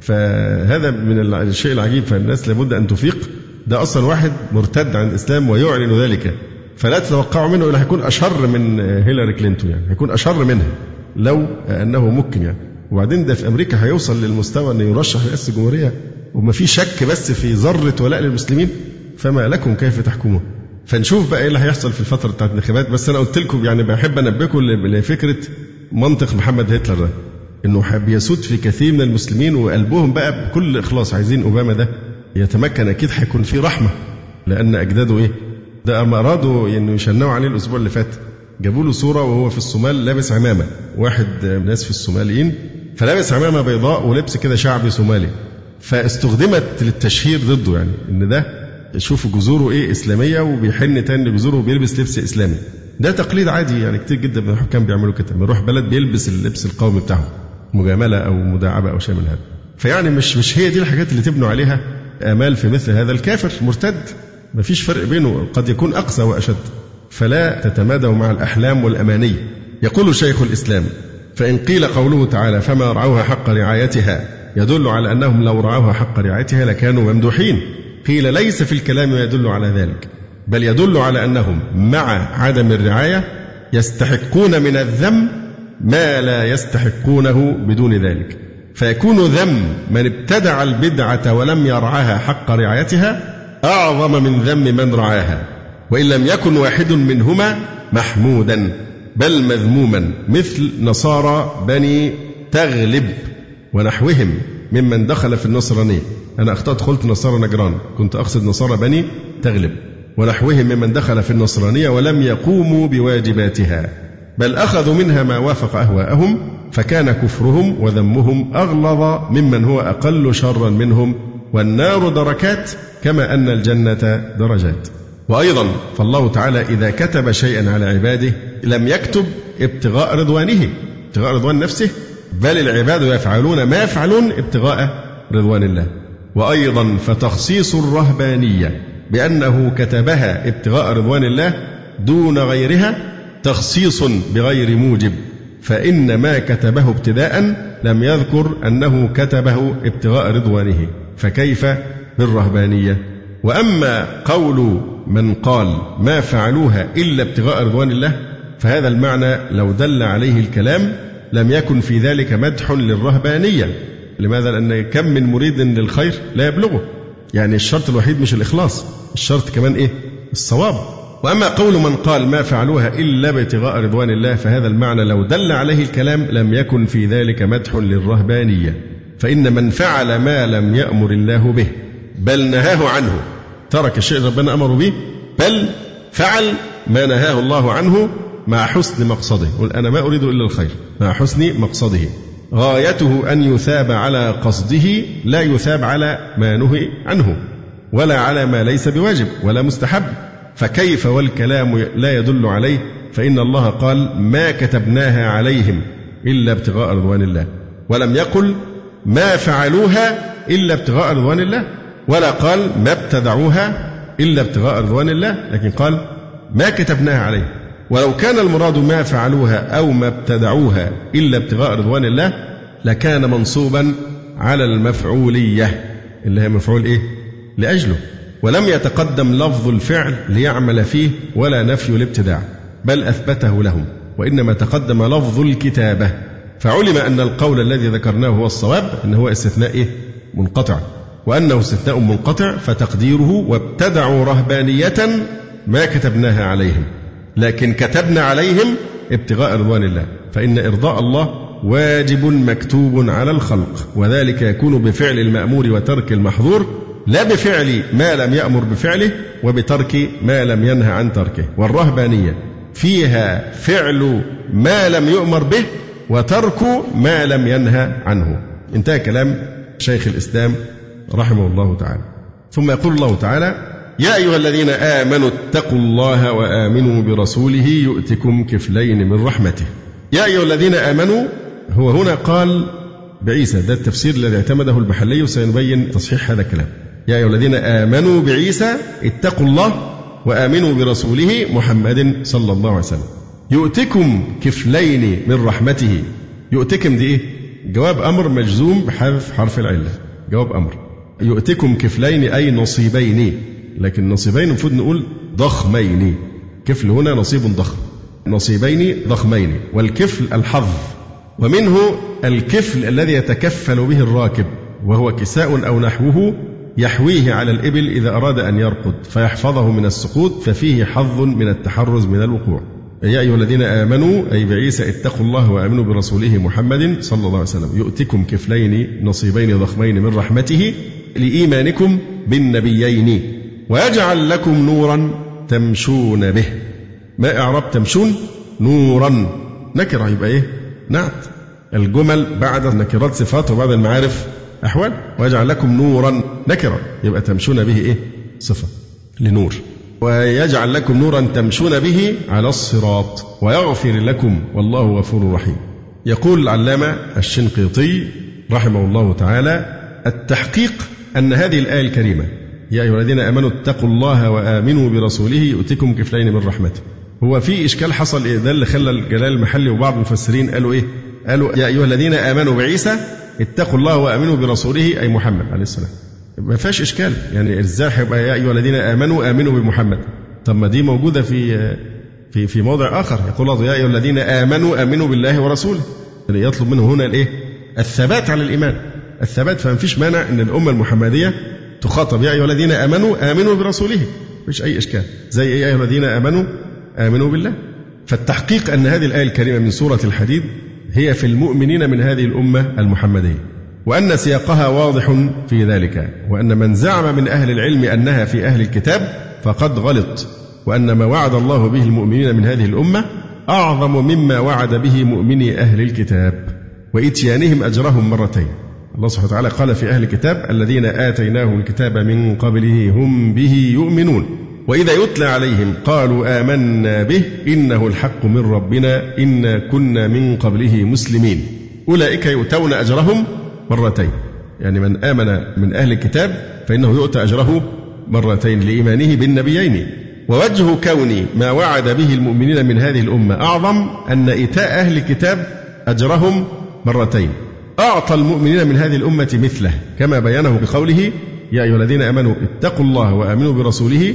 Speaker 2: فهذا من الشيء العجيب، فالناس لابد أن تفيق. ده أصلا واحد مرتد عن الإسلام ويعلن ذلك، فلا تتوقعوا منه إلا هيكون أشر من هيلاري كلينتون، يعني هيكون أشر منها لو أنه ممكن يعني. وبعدين ده في أمريكا هيوصل للمستوى أنه يرشح رئاسة الجمهورية وما في شك بس في ذرة ولاء للمسلمين، فما لكم كيف تحكمون. فنشوف بقى إيه اللي هيحصل في الفترة بتاعت الانتخابات. بس أنا قلت لكم يعني بحب أنبهكم لفكرة منطق محمد هتلر ده، إنه حب يسود في كثير من المسلمين وقلبهم بقى بكل إخلاص عايزين أوباما ده يتمكن. أكيد هيكون في رحمة، لأن أجداده ده أما أرادوا إنه يشنعوا عليه الأسبوع اللي فات، جابوا له صورة وهو في الصومال لابس عمامة، واحد ناس في الصوماليين فلابس عمامة بيضاء ولبس كده شعبي صومالي، فاستخدمت للتشهير ضده، يعني إن ده شوفوا جذوره إسلامية وبيحن تاني لجذوره وبيلبس لبس إسلامي. ده تقليد عادي، يعني كتير جدا من الحكام بيعملوا كده، لما يروح بلد بيلبس اللبس القومي بتاعهم، مجاملة أو مداعبة أو شيء من هذا. فيعني مش هي دي الحاجات اللي تبنوا عليها آمال في مثل هذا. الكافر مرتد ما فيش فرق بينه، قد يكون أقسى وأشد، فلا تتمادوا مع الأحلام والأماني. يقول شيخ الإسلام فإن قيل قوله تعالى فما رعوها حق رعايتها يدل على أنهم لو رعوها حق رعايتها لكانوا ممدوحين، قيل ليس في الكلام ما يدل على ذلك، بل يدل على أنهم مع عدم الرعاية يستحقون من الذم ما لا يستحقونه بدون ذلك، فيكون ذم من ابتدع البدعة ولم يرعاها حق رعايتها أعظم من ذم من رعاها، وإن لم يكن واحد منهما محمودا بل مذموما، مثل نصارى بني تغلب ونحوهم ممن دخل في النصرانية. أنا أخطأت قلت نصارى نجران، كنت أقصد نصارى بني تغلب ونحوهم ممن دخل في النصرانية ولم يقوموا بواجباتها، بل أخذوا منها ما وافق أهواءهم، فكان كفرهم وذمهم أغلظ ممن هو أقل شرا منهم، والنار دركات كما أن الجنة درجات. وأيضا فالله تعالى إذا كتب شيئا على عباده لم يكتب ابتغاء رضوانه، ابتغاء رضوان نفسه، بل العباد يفعلون ما يفعلون ابتغاء رضوان الله. وأيضا فتخصيص الرهبانية بأنه كتبها ابتغاء رضوان الله دون غيرها تخصيص بغير موجب، فإن ما كتبه ابتداء لم يذكر أنه كتبه ابتغاء رضوانه، فكيف بالرهبانية؟ وأما قول من قال ما فعلوها إلا ابتغاء رضوان الله، فهذا المعنى لو دل عليه الكلام لم يكن في ذلك مدح للرهبانية. لماذا؟ لأن كم من مريد للخير لا يبلغه، يعني الشرط الوحيد مش الإخلاص، الشرط كمان إيه؟ الصواب. وأما قول من قال ما فعلوها إلا ابتغاء رضوان الله، فهذا المعنى لو دل عليه الكلام لم يكن في ذلك مدح للرهبانية، فإن من فعل ما لم يأمر الله به بل نهاه عنه، ترك الشيء ربنا أمر به بل فعل ما نهاه الله عنه مع حسن مقصده، قل أنا ما أريد إلا الخير مع حسن مقصده، غايته أن يثاب على قصده لا يثاب على ما نهي عنه ولا على ما ليس بواجب ولا مستحب، فكيف والكلام لا يدل عليه؟ فإن الله قال ما كتبناها عليهم إلا ابتغاء رضوان الله، ولم يقل ما فعلوها إلا ابتغاء رضوان الله، ولا قال ما ابتدعوها إلا ابتغاء رضوان الله، لكن قال ما كتبناها عليهم. ولو كان المراد ما فعلوها أو ما ابتدعوها إلا ابتغاء رضوان الله لكان منصوبا على المفعولية اللي هي مفعول إيه؟ لأجله، ولم يتقدم لفظ الفعل ليعمل فيه ولا نفي الابتداع بل أثبته لهم، وإنما تقدم لفظ الكتابة، فعلم أن القول الذي ذكرناه هو الصواب، أنه استثناء إيه؟ منقطع، وأنه استثناء منقطع فتقديره وابتدعوا رهبانية ما كتبناها عليهم، لكن كتبنا عليهم ابتغاء رضوان الله، فإن إرضاء الله واجب مكتوب على الخلق، وذلك يكون بفعل المأمور وترك المحظور، لا بفعل ما لم يأمر بفعله وبترك ما لم ينهى عن تركه. والرهبانية فيها فعل ما لم يؤمر به وترك ما لم ينهى عنه. انتهى كلام شيخ الإسلام رحمه الله تعالى. ثم يقول الله تعالى يا أيها الذين آمنوا اتقوا الله وآمنوا برسوله يؤتكم كفلين من رحمته. يا أيها الذين آمنوا هو هنا قال بعيسى، ده التفسير الذي اعتمده البحلي وسينبين تصحيح هذا الكلام. يا أيها الذين آمنوا بعيسى اتقوا الله وآمنوا برسوله محمد صلى الله عليه وسلم يؤتكم كفلين من رحمته. يؤتكم دي إيه؟ جواب أمر مجزوم بحذف حرف العلة، جواب أمر. يؤتكم كفلين أي نصيبين، لكن نصيبين المفروض نقول ضخمين، كفل هنا نصيب ضخم، نصيبين ضخمين، والكفل الحظ، ومنه الكفل الذي يتكفل به الراكب، وهو كساء أو نحوه يحويه على الإبل إذا أراد أن يرقد فيحفظه من السقوط، ففيه حظ من التحرز من الوقوع. يا أيها الذين آمنوا أي بعيسى اتقوا الله وآمنوا برسوله محمد صلى الله عليه وسلم يؤتكم كفلين نصيبين ضخمين من رحمته لإيمانكم بالنبيين ويجعل لكم نورا تمشون به. ما إعراب تمشون؟ نورا نكرة يبقى إيه؟ نعت. الجمل بعد النكرات صفات وبعد المعارف أحوال. ويجعل لكم نورا نكرة يبقى تمشون به إيه؟ صفة لنور. ويجعل لكم نورا تمشون به على الصراط ويغفر لكم والله غفور رحيم. يقول العلامة الشنقيطي رحمه الله تعالى التحقيق أن هذه الآية الكريمة يا أيها الذين آمنوا اتقوا الله وآمنوا برسوله يؤتكم كفلين من رحمته، هو في إشكال حصل إيه؟ ده اللي خلى الجلال المحلي وبعض المفسرين قالوا إيه؟ قالوا يا أيها الذين آمنوا بعيسى اتقوا الله وآمنوا برسوله أي محمد عليه السلام. ما فيهاش إشكال، يعني إزاي هيبقى يا أيها الذين آمنوا بمحمد؟ طب ما دي موجودة في موضع آخر، يقول الله يا أيها الذين آمنوا بالله ورسوله، يعني يطلب منه هنا الإيه؟ الثبات على الإيمان، الثبات. فما فيش مانع أن الأمة المحمدية تخاطب يا أيها الذين آمنوا برسوله، مفيش أي إشكال، زي يا أيها الذين آمنوا بالله. فالتحقيق أن هذه الآية الكريمة من سورة الحديد هي في المؤمنين من هذه الأمة المحمدية، وأن سياقها واضح في ذلك، وأن من زعم من أهل العلم أنها في أهل الكتاب فقد غلط، وأن ما وعد الله به المؤمنين من هذه الأمة أعظم مما وعد به مؤمني أهل الكتاب وإتيانهم أجرهم مرتين. الله سبحانه وتعالى قال في أهل الكتاب الذين آتيناهم الكتاب من قبله هم به يؤمنون وإذا يتلى عليهم قالوا آمنا به إنه الحق من ربنا إنا كنا من قبله مسلمين أولئك يؤتون أجرهم مرتين، يعني من آمن من أهل الكتاب فإنه يؤتى أجره مرتين لإيمانه بالنبيين. ووجه كون ما وعد به المؤمنين من هذه الأمة أعظم أن إيتاء أهل الكتاب أجرهم مرتين. أعطى المؤمنين من هذه الأمة مثله كما بينه بقوله: يا أيها الذين آمنوا اتقوا الله وآمنوا برسوله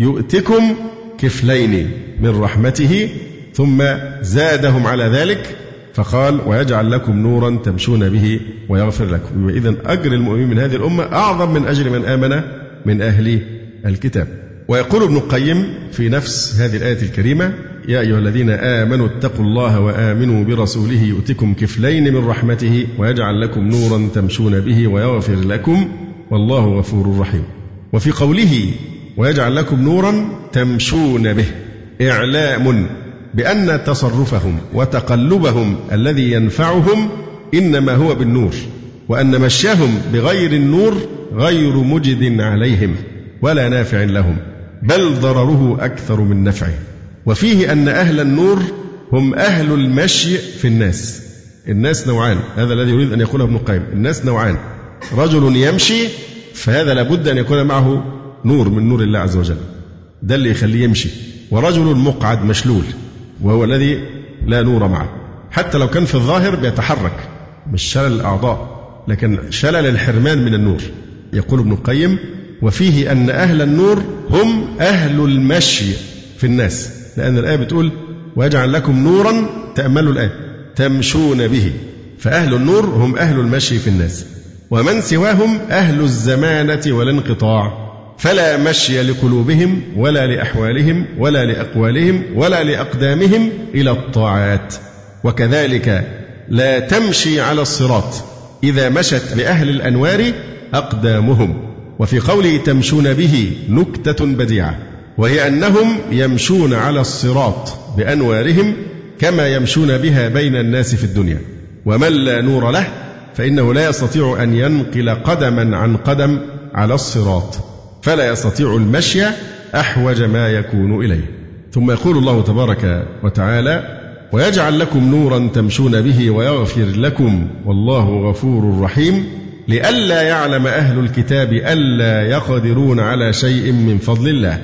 Speaker 2: يؤتكم كفلين من رحمته، ثم زادهم على ذلك فقال: ويجعل لكم نورا تمشون به ويغفر لكم. إذن أجر المؤمنين من هذه الأمة أعظم من أجر من آمن من أهل الكتاب. ويقول ابن القيم في نفس هذه الآية الكريمة: يا أيها الذين آمنوا اتقوا الله وآمنوا برسوله يؤتكم كفلين من رحمته ويجعل لكم نورا تمشون به ويغفر لكم والله غفور رحيم. وفي قوله ويجعل لكم نورا تمشون به إعلام بأن تصرفهم وتقلبهم الذي ينفعهم إنما هو بالنور، وأن مشيهم بغير النور غير مجد عليهم ولا نافع لهم، بل ضرره أكثر من نفعه. وفيه أن أهل النور هم أهل المشي في الناس. الناس نوعان، هذا الذي يريد أن يقوله ابن القيم. الناس نوعان: رجل يمشي فهذا لابد أن يكون معه نور من نور الله عز وجل، ده اللي يخليه يمشي. ورجل مقعد مشلول وهو الذي لا نور معه، حتى لو كان في الظاهر بيتحرك، مش شلل الأعضاء لكن شلل الحرمان من النور. يقول ابن القيم: وفيه أن أهل النور هم أهل المشي في الناس، لأن الآية بتقول ويجعل لكم نورا، تأملوا الآية، تمشون به، فأهل النور هم أهل المشي في الناس. ومن سواهم أهل الزمانة والانقطاع، فلا مشي لقلوبهم ولا لأحوالهم ولا لأقوالهم ولا لأقدامهم إلى الطاعات. وكذلك لا تمشي على الصراط إذا مشت بأهل الأنوار أقدامهم. وفي قوله تمشون به نكتة بديعة، وهي أنهم يمشون على الصراط بأنوارهم كما يمشون بها بين الناس في الدنيا. ومن لا نور له فإنه لا يستطيع أن ينقل قدما عن قدم على الصراط، فلا يستطيع المشي أحوج ما يكون إليه. ثم يقول الله تبارك وتعالى: ويجعل لكم نورا تمشون به ويغفر لكم والله غفور رحيم، لئلا يعلم أهل الكتاب ألا يقدرون على شيء من فضل الله.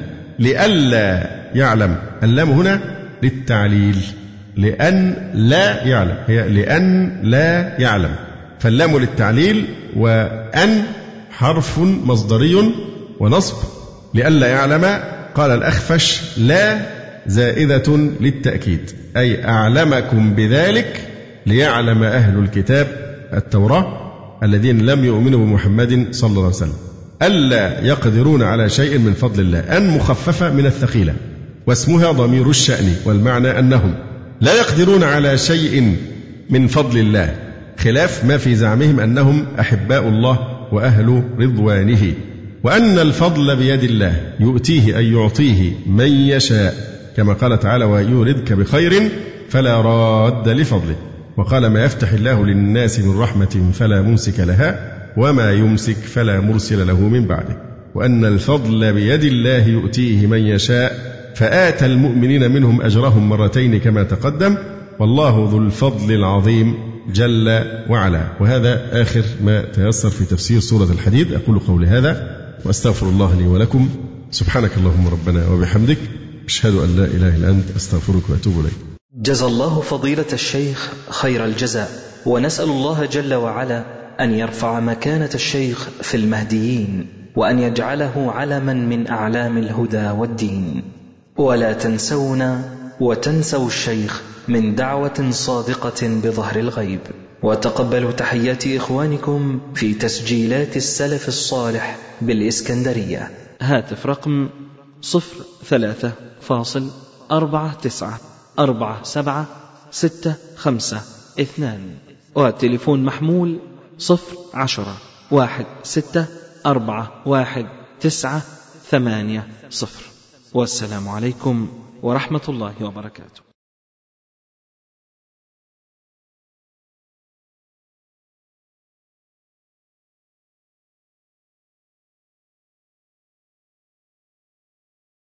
Speaker 2: لئلا يعلم، اللام هنا للتعليل، لأن لا يعلم، هي لأن لا يعلم، فاللام للتعليل، وأن حرف مصدري ونصب. لئلا يعلم قال الأخفش لا زائدة للتأكيد، أي أعلمكم بذلك ليعلم أهل الكتاب التوراة الذين لم يؤمنوا بمحمد صلى الله عليه وسلم ألا يقدرون على شيء من فضل الله. أن مخففة من الثقيلة، واسمها ضمير الشأن، والمعنى أنهم لا يقدرون على شيء من فضل الله، خلاف ما في زعمهم أنهم أحباء الله وأهل رضوانه. وأن الفضل بيد الله يؤتيه أي يعطيه من يشاء، كما قال تعالى: ويردك بخير فلا راد لفضله. وقال: ما يفتح الله للناس من رحمة فلا ممسك لها وما يمسك فلا مرسل له من بعده. وأن الفضل بيد الله يؤتيه من يشاء، فآتى المؤمنين منهم أجرهم مرتين كما تقدم، والله ذو الفضل العظيم جل وعلا. وهذا آخر ما تيسر في تفسير سورة الحديد. أقول قولي هذا وأستغفر الله لي ولكم. سبحانك اللهم ربنا وبحمدك، أشهد أن لا إله إلا أنت، أستغفرك وأتوب إليك.
Speaker 1: جزى الله فضيلة الشيخ خير الجزاء، ونسأل الله جل وعلا أن يرفع مكانة الشيخ في المهديين، وأن يجعله علما من أعلام الهدى والدين. ولا تنسونا وتنسوا الشيخ من دعوة صادقة بظهر الغيب. وتقبلوا تحيات إخوانكم في تسجيلات السلف الصالح بالإسكندرية. هاتف رقم 0349476562، والتليفون محمول 010-164198. والسلام عليكم ورحمة الله وبركاته.